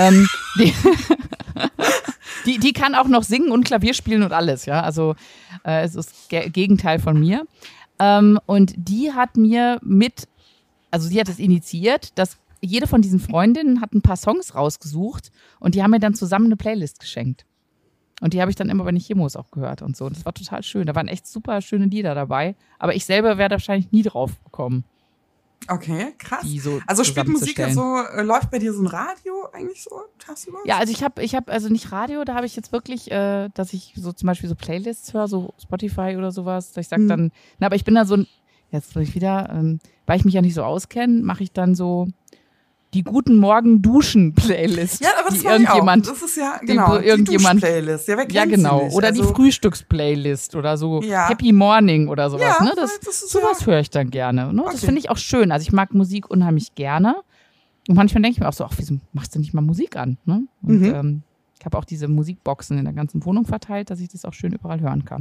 Die kann auch noch singen und Klavier spielen und alles, ja, also es ist das Gegenteil von mir. Und die hat mir sie hat es initiiert, dass jede von diesen Freundinnen hat ein paar Songs rausgesucht und die haben mir dann zusammen eine Playlist geschenkt. Und die habe ich dann immer bei den Chemos auch gehört und so. Und das war total schön. Da waren echt super schöne Lieder dabei. Aber ich selber wäre da wahrscheinlich nie drauf gekommen. Okay, krass. So also spielt Musik ja so, läuft bei dir so ein Radio eigentlich so? Ja, also ich hab also nicht Radio, da habe ich jetzt wirklich, dass ich so zum Beispiel so Playlists höre, so Spotify oder sowas, dass ich sage dann, aber ich bin da so jetzt will ich wieder, weil ich mich ja nicht so auskenne, mache ich dann so die Guten Morgen Duschen Playlist. Ja, aber das war irgendjemand, das ist ja genau die Dusch-Playlist. Ja, genau. Oder die Frühstücks-Playlist oder so Happy Morning oder sowas. Ja, ne? Sowas höre ich dann gerne. Ne? Okay. Das finde ich auch schön. Also ich mag Musik unheimlich gerne. Und manchmal denke ich mir auch so, wieso machst du nicht mal Musik an? Ne? Und ich habe auch diese Musikboxen in der ganzen Wohnung verteilt, dass ich das auch schön überall hören kann.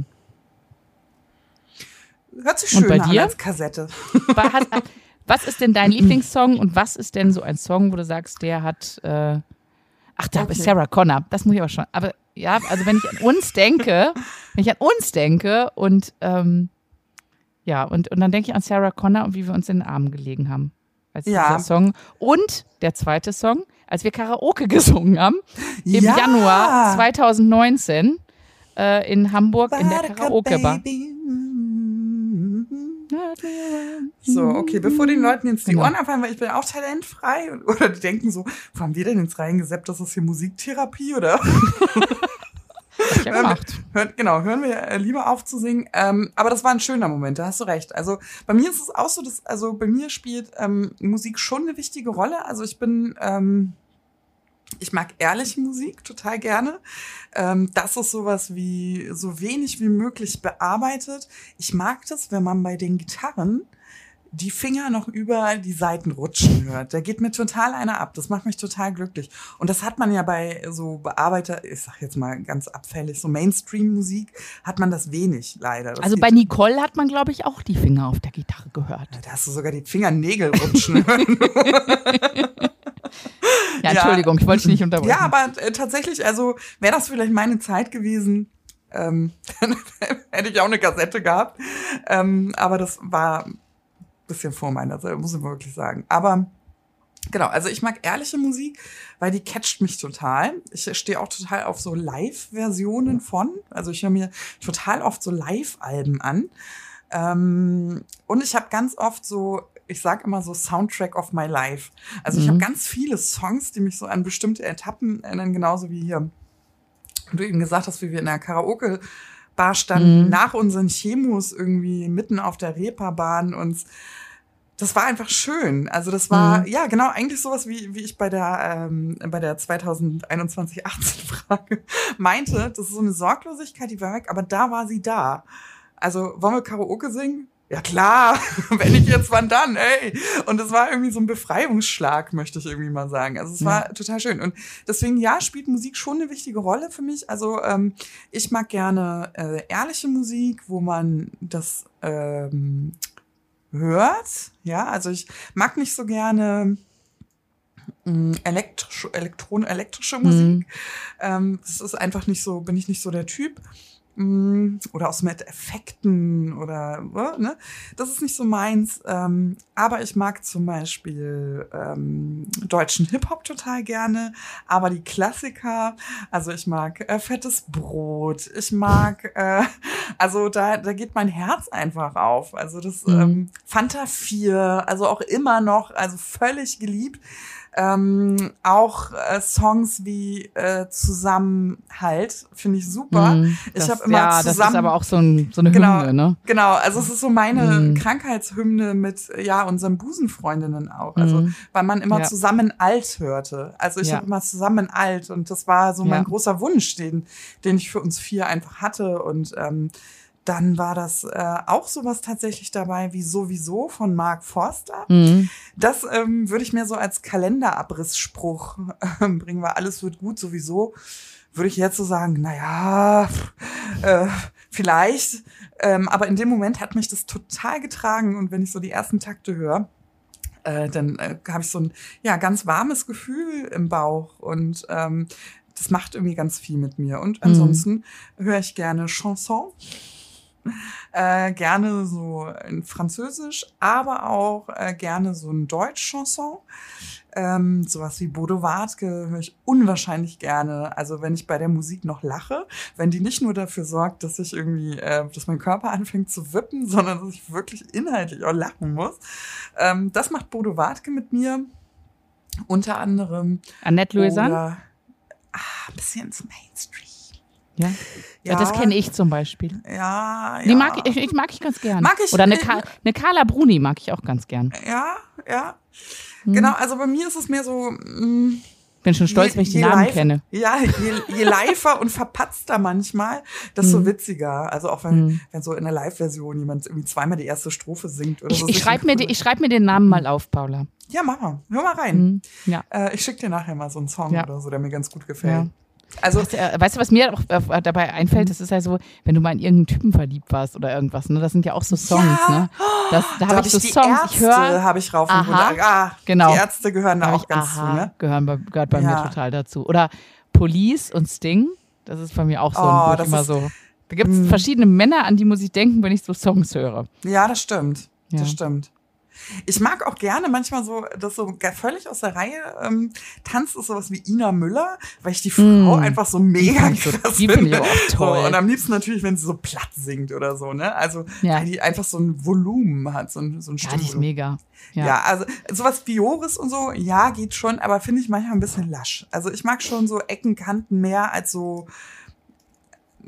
Hört sich schön an als Kassette. Was ist denn dein Lieblingssong und was ist denn so ein Song, wo du sagst, der hat, ist Sarah Connor, das muss ich aber schon, aber ja, also wenn ich an uns denke und und dann denke ich an Sarah Connor und wie wir uns in den Armen gelegen haben, als dieser Song. Und der zweite Song, als wir Karaoke gesungen haben, im Januar 2019 in Hamburg in der Karaoke-Bar. So, okay, bevor den Leuten jetzt die Ohren abfallen, weil ich bin auch talentfrei oder die denken so, wo haben wir denn jetzt reingesappt, das ist hier Musiktherapie oder? ja gemacht. Hören wir lieber auf zu singen. Aber das war ein schöner Moment, da hast du recht. Also bei mir ist es auch so, bei mir spielt Musik schon eine wichtige Rolle. Also ich mag ehrliche Musik total gerne. Das ist sowas wie so wenig wie möglich bearbeitet. Ich mag das, wenn man bei den Gitarren die Finger noch über die Saiten rutschen hört. Da geht mir total einer ab. Das macht mich total glücklich. Und das hat man ja bei so Bearbeiter, ich sag jetzt mal ganz abfällig, so Mainstream-Musik, hat man das wenig, leider. Das also bei Nicole hat man, glaube ich, auch die Finger auf der Gitarre gehört. Da hast du sogar die Fingernägel rutschen hören. Ja, Entschuldigung, ich wollte dich nicht unterbrechen. Ja, aber tatsächlich, also wäre das vielleicht meine Zeit gewesen, dann hätte ich auch eine Kassette gehabt. Aber das war ein bisschen vor meiner Zeit, muss ich wirklich sagen. Aber genau, also ich mag ehrliche Musik, weil die catcht mich total. Ich stehe auch total auf so Live-Versionen von. Also ich höre mir total oft so Live-Alben an. Und ich habe ganz oft so, ich sag immer so Soundtrack of my life. Also ich habe ganz viele Songs, die mich so an bestimmte Etappen erinnern, genauso wie hier du eben gesagt hast, wie wir in der Karaoke-Bar standen, nach unseren Chemos irgendwie mitten auf der Reeperbahn und das war einfach schön. Also das war, ja genau, eigentlich sowas, wie ich bei der 2021-18-Frage meinte. Das ist so eine Sorglosigkeit, die war weg, aber da war sie da. Also, wollen wir Karaoke singen? Ja klar, wenn ich jetzt, wann dann, ey. Und es war irgendwie so ein Befreiungsschlag, möchte ich irgendwie mal sagen. Also es war total schön. Und deswegen, ja, spielt Musik schon eine wichtige Rolle für mich. Also ich mag gerne ehrliche Musik, wo man das hört. Ja, also ich mag nicht so gerne elektrische Musik. Das ist einfach nicht so, bin ich nicht so der Typ. Oder auch so mit Effekten oder, ne? Das ist nicht so meins. Aber ich mag zum Beispiel deutschen Hip-Hop total gerne. Aber die Klassiker, also ich mag Fettes Brot. Ich mag, also da geht mein Herz einfach auf. Also das Fanta 4, also auch immer noch, also völlig geliebt. Auch Songs wie Zusammenhalt finde ich super. Ich habe immer das ist aber auch so eine Hymne, ne? Genau, also es ist so meine Krankheitshymne mit unseren Busenfreundinnen auch. Also weil man immer zusammen alt hörte. Also ich habe immer zusammen alt und das war so mein großer Wunsch, den ich für uns 4 einfach hatte und dann war das auch sowas tatsächlich dabei wie Sowieso von Mark Forster. Das würde ich mir so als Kalenderabrissspruch bringen, weil alles wird gut sowieso. Würde ich jetzt so sagen, vielleicht. Aber in dem Moment hat mich das total getragen. Und wenn ich so die ersten Takte höre, dann habe ich so ein ganz warmes Gefühl im Bauch. Und das macht irgendwie ganz viel mit mir. Und ansonsten höre ich gerne Chanson. Gerne so in Französisch, aber auch gerne so ein Deutsch-Chanson. Sowas wie Bodo Wartke höre ich unwahrscheinlich gerne. Also wenn ich bei der Musik noch lache, wenn die nicht nur dafür sorgt, dass ich irgendwie, dass mein Körper anfängt zu wippen, sondern dass ich wirklich inhaltlich auch lachen muss. Das macht Bodo Wartke mit mir. Unter anderem. Annette Louisanne? Ein bisschen ins Mainstream. Ja, das kenne ich zum Beispiel. Ja. Die mag ich ganz gern. Oder eine Carla Bruni mag ich auch ganz gern. Ja. Genau, also bei mir ist es mehr so. Bin schon stolz, wenn ich die Namen kenne. Ja, je liver und verpatzter manchmal, desto witziger. Also auch wenn so in der Live-Version jemand irgendwie zweimal die erste Strophe singt oder so. Ich schreib mir den Namen mal auf, Paula. Ja, mach mal. Hör mal rein. Ja. Ich schicke dir nachher mal so einen Song oder so, der mir ganz gut gefällt. Ja. Also, weißt du, was mir auch dabei einfällt? Das ist halt so, wenn du mal in irgendeinen Typen verliebt warst oder irgendwas, ne? Das sind ja auch so Songs, ne? Da habe ich so die Songs, Ärzte, ich höre. Habe ich rauf und runter. Genau. Die Ärzte gehören da auch ganz zu, ne? Gehört bei mir total dazu. Oder Police und Sting, das ist bei mir auch so ein Buch immer so. Da gibt es verschiedene Männer, an die muss ich denken, wenn ich so Songs höre. Ja, das stimmt. Das stimmt. Ich mag auch gerne manchmal so, das so völlig aus der Reihe tanzt, ist sowas wie Ina Müller, weil ich die Frau einfach so mega krass finde. Die finde ich auch toll. So, und am liebsten natürlich, wenn sie so platt singt oder so, ne? Also, weil die einfach so ein Volumen hat, so ein Stimmvolumen. Ja, die ist mega. Ja, also sowas wie Joris und so, ja, geht schon, aber finde ich manchmal ein bisschen lasch. Also ich mag schon so Ecken, Kanten mehr als so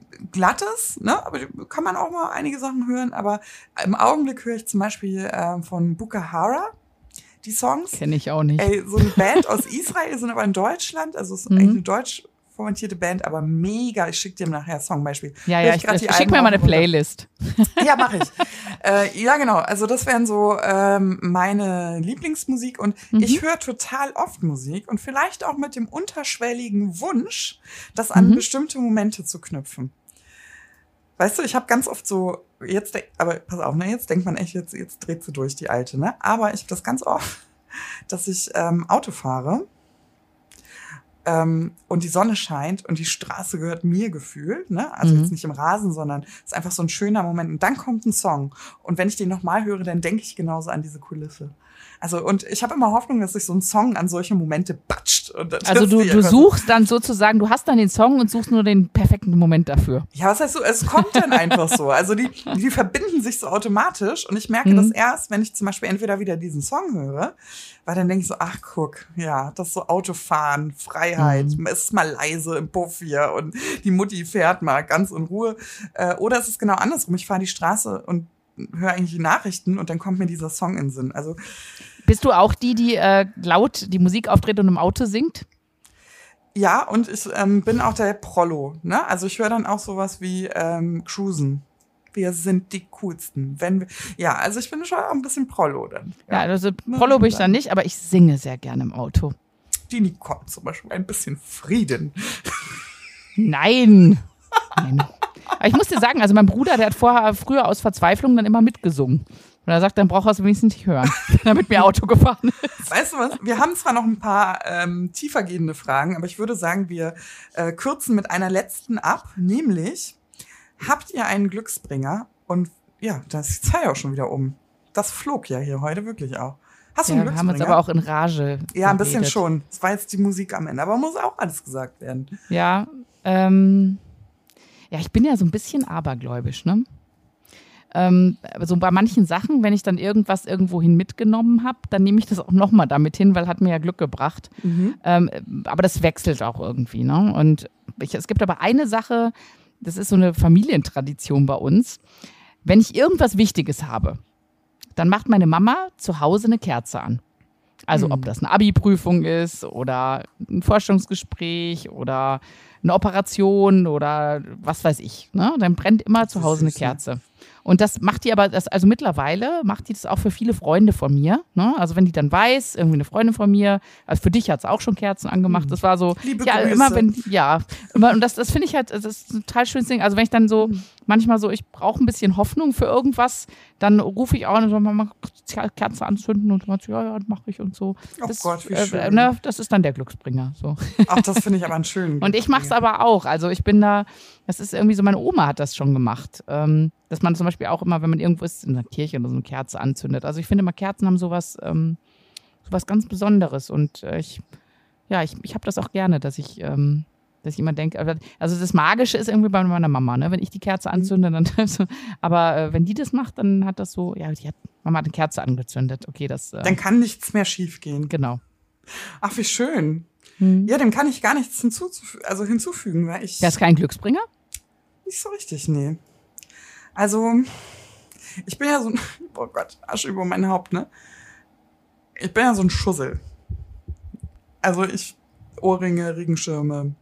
Glattes, ne? Aber kann man auch mal einige Sachen hören. Aber im Augenblick höre ich zum Beispiel von Bukahara die Songs. Kenne ich auch nicht. Ey, so eine Band aus Israel, sind aber in Deutschland. Also es ist eigentlich eine deutsch formatierte Band, aber mega. Ich schicke dir nachher ein Songbeispiel. Ja, ich schick mir mal eine Playlist. Ja, mache ich. Ja, genau. Also das wären so meine Lieblingsmusik und ich höre total oft Musik und vielleicht auch mit dem unterschwelligen Wunsch, das an bestimmte Momente zu knüpfen. Weißt du, ich habe ganz oft so, aber pass auf, ne, jetzt denkt man echt, jetzt dreht sie durch, die Alte, ne? Aber ich habe das ganz oft, dass ich Auto fahre und die Sonne scheint und die Straße gehört mir gefühlt, ne? Also jetzt nicht im Rasen, sondern es ist einfach so ein schöner Moment. Und dann kommt ein Song. Und wenn ich den nochmal höre, dann denke ich genauso an diese Kulisse. Also, und ich habe immer Hoffnung, dass sich so ein Song an solche Momente batscht. Und also du suchst dann sozusagen, du hast dann den Song und suchst nur den perfekten Moment dafür. Ja, was heißt so? Es kommt dann einfach so. Also die verbinden sich so automatisch. Und ich merke das erst, wenn ich zum Beispiel entweder wieder diesen Song höre, weil dann denke ich so, ach guck, ja, das ist so Autofahren, Freiheit, es ist mal leise im Puff hier und die Mutti fährt mal ganz in Ruhe. Oder es ist genau andersrum. Ich fahre die Straße und höre eigentlich die Nachrichten und dann kommt mir dieser Song in den Sinn. Also bist du auch die laut die Musik auftritt und im Auto singt? Ja, und ich bin auch der Prollo, ne? Also ich höre dann auch sowas wie Cruisen. Wir sind die Coolsten. Ja, also ich bin schon auch ein bisschen Prollo dann. Ja, also Prollo bin ich dann nicht, aber ich singe sehr gerne im Auto. Die Nicole zum Beispiel, ein bisschen Frieden. Nein. Aber ich muss dir sagen, also mein Bruder, der hat früher aus Verzweiflung dann immer mitgesungen. Und er sagt, dann braucht er es wenigstens nicht hören, wenn er mit mir Auto gefahren ist. Weißt du was? Wir haben zwar noch ein paar tiefergehende Fragen, aber ich würde sagen, wir kürzen mit einer letzten ab, nämlich, habt ihr einen Glücksbringer? Und ja, da ist die Zeit auch schon wieder um. Das flog ja hier heute wirklich auch. Hast du einen Glücksbringer? Wir haben uns aber auch in Rage Ja, ein bisschen schon. Das war jetzt die Musik am Ende, aber muss auch alles gesagt werden. Ja, ich bin ja so ein bisschen abergläubisch, ne? So bei manchen Sachen, wenn ich dann irgendwas irgendwohin mitgenommen habe, dann nehme ich das auch nochmal damit hin, weil hat mir ja Glück gebracht. Aber das wechselt auch irgendwie, ne? Und es gibt aber eine Sache, das ist so eine Familientradition bei uns. Wenn ich irgendwas Wichtiges habe, dann macht meine Mama zu Hause eine Kerze an. Also ob das eine Abi-Prüfung ist oder ein Forschungsgespräch oder eine Operation oder was weiß ich. Ne? Dann brennt immer zu Hause eine Kerze. Und das macht die aber, also mittlerweile macht die das auch für viele Freunde von mir. Ne? Also wenn die dann weiß, irgendwie eine Freundin von mir, also für dich hat es auch schon Kerzen angemacht. Das war so, Liebe ja, Grüße. Und das finde ich halt, das ist ein total schönes Ding. Also wenn ich dann so, manchmal so, ich brauche ein bisschen Hoffnung für irgendwas, dann rufe ich auch und so, mal Kerze anzünden und so, ja, das mache ich und so. Gott, wie schön. Das ist dann der Glücksbringer. So. Ach, das finde ich aber einen schönen Und ich mache es aber auch. Also ich bin da, das ist irgendwie so, meine Oma hat das schon gemacht. Dass man zum Beispiel auch immer, wenn man irgendwo ist, in einer Kirche oder so eine Kerze anzündet. Also ich finde immer, Kerzen haben sowas ganz Besonderes. Und ich habe das auch gerne, dass ich immer denke, also das Magische ist irgendwie bei meiner Mama, ne? Wenn ich die Kerze anzünde, dann aber wenn die das macht, dann hat das so, ja, Mama hat eine Kerze angezündet. Okay, dann kann nichts mehr schief gehen. Genau. Ach, wie schön. Ja, dem kann ich gar nichts hinzufügen, weil ich. Das ist kein Glücksbringer? Nicht so richtig, nee. Also, ich bin ja so ein, oh Gott, Asche über mein Haupt, ne? Ich bin ja so ein Schussel. Also Ohrringe, Regenschirme.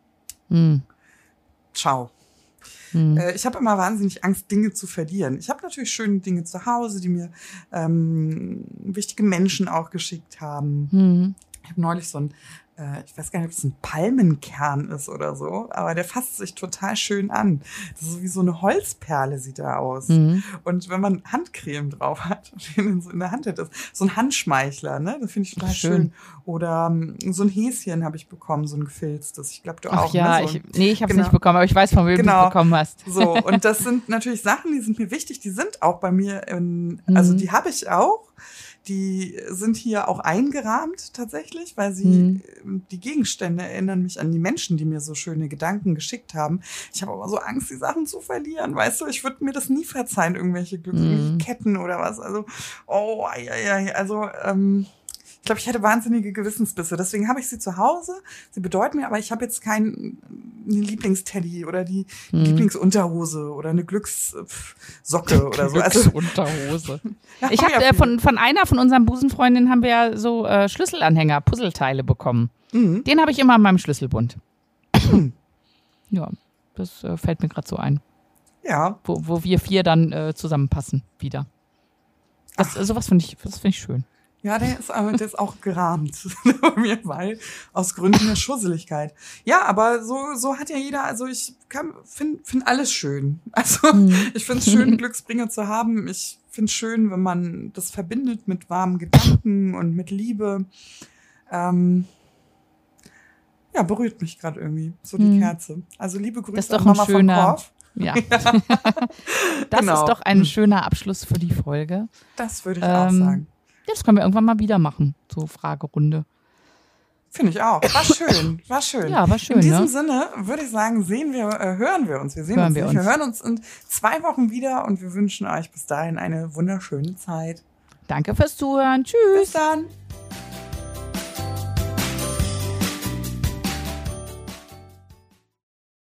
Ciao. Ich habe immer wahnsinnig Angst, Dinge zu verlieren. Ich habe natürlich schöne Dinge zu Hause, die mir wichtige Menschen auch geschickt haben. Ich habe neulich so ein ich weiß gar nicht, ob es ein Palmenkern ist oder so, aber der fasst sich total schön an. Das ist so wie so eine Holzperle, sieht er aus. Und wenn man Handcreme drauf hat und den so in der Hand hat, ist so ein Handschmeichler, ne? Das finde ich total schön. Oder so ein Häschen habe ich bekommen, so ein gefilztes. Ich glaube, du auch. Ja, ne? Ich habe es nicht bekommen, aber ich weiß, von wem du es bekommen hast. So, und das sind natürlich Sachen, die sind mir wichtig, die sind auch bei mir, also die habe ich auch. Die sind hier auch eingerahmt tatsächlich, weil die Gegenstände erinnern mich an die Menschen, die mir so schöne Gedanken geschickt haben. Ich habe aber so Angst, die Sachen zu verlieren, weißt du? Ich würde mir das nie verzeihen, irgendwelche Ketten oder was. Also, ich glaube, ich hätte wahnsinnige Gewissensbisse. Deswegen habe ich sie zu Hause. Sie bedeuten mir, aber ich habe jetzt Lieblingsteddy oder die Lieblingsunterhose oder eine Glückssocke oder so. Glücksunterhose. Ja, Ich habe von einer von unseren Busenfreundinnen haben wir ja so Schlüsselanhänger, Puzzleteile bekommen. Mhm. Den habe ich immer in meinem Schlüsselbund. Ja, das fällt mir gerade so ein. Ja. Wo wir 4 dann zusammenpassen wieder. Sowas finde ich schön. Ja, der ist auch gerahmt bei mir, weil aus Gründen der Schusseligkeit. Ja, aber so hat ja jeder, also ich finde alles schön. Also ich finde es schön, Glücksbringer zu haben. Ich finde es schön, wenn man das verbindet mit warmen Gedanken und mit Liebe. Ja, berührt mich gerade irgendwie, so die Kerze. Also liebe Grüße das ist doch an Mama ein schöner, von Korf. Ja. Das ist doch ein schöner Abschluss für die Folge. Das würde ich auch sagen. Ja, das können wir irgendwann mal wieder machen, so Fragerunde. Finde ich auch. War schön, war schön. Ja, war schön. In diesem Sinne würde ich sagen, hören wir uns. Wir sehen uns nicht. Wir hören uns in 2 Wochen wieder und wir wünschen euch bis dahin eine wunderschöne Zeit. Danke fürs Zuhören. Tschüss. Bis dann.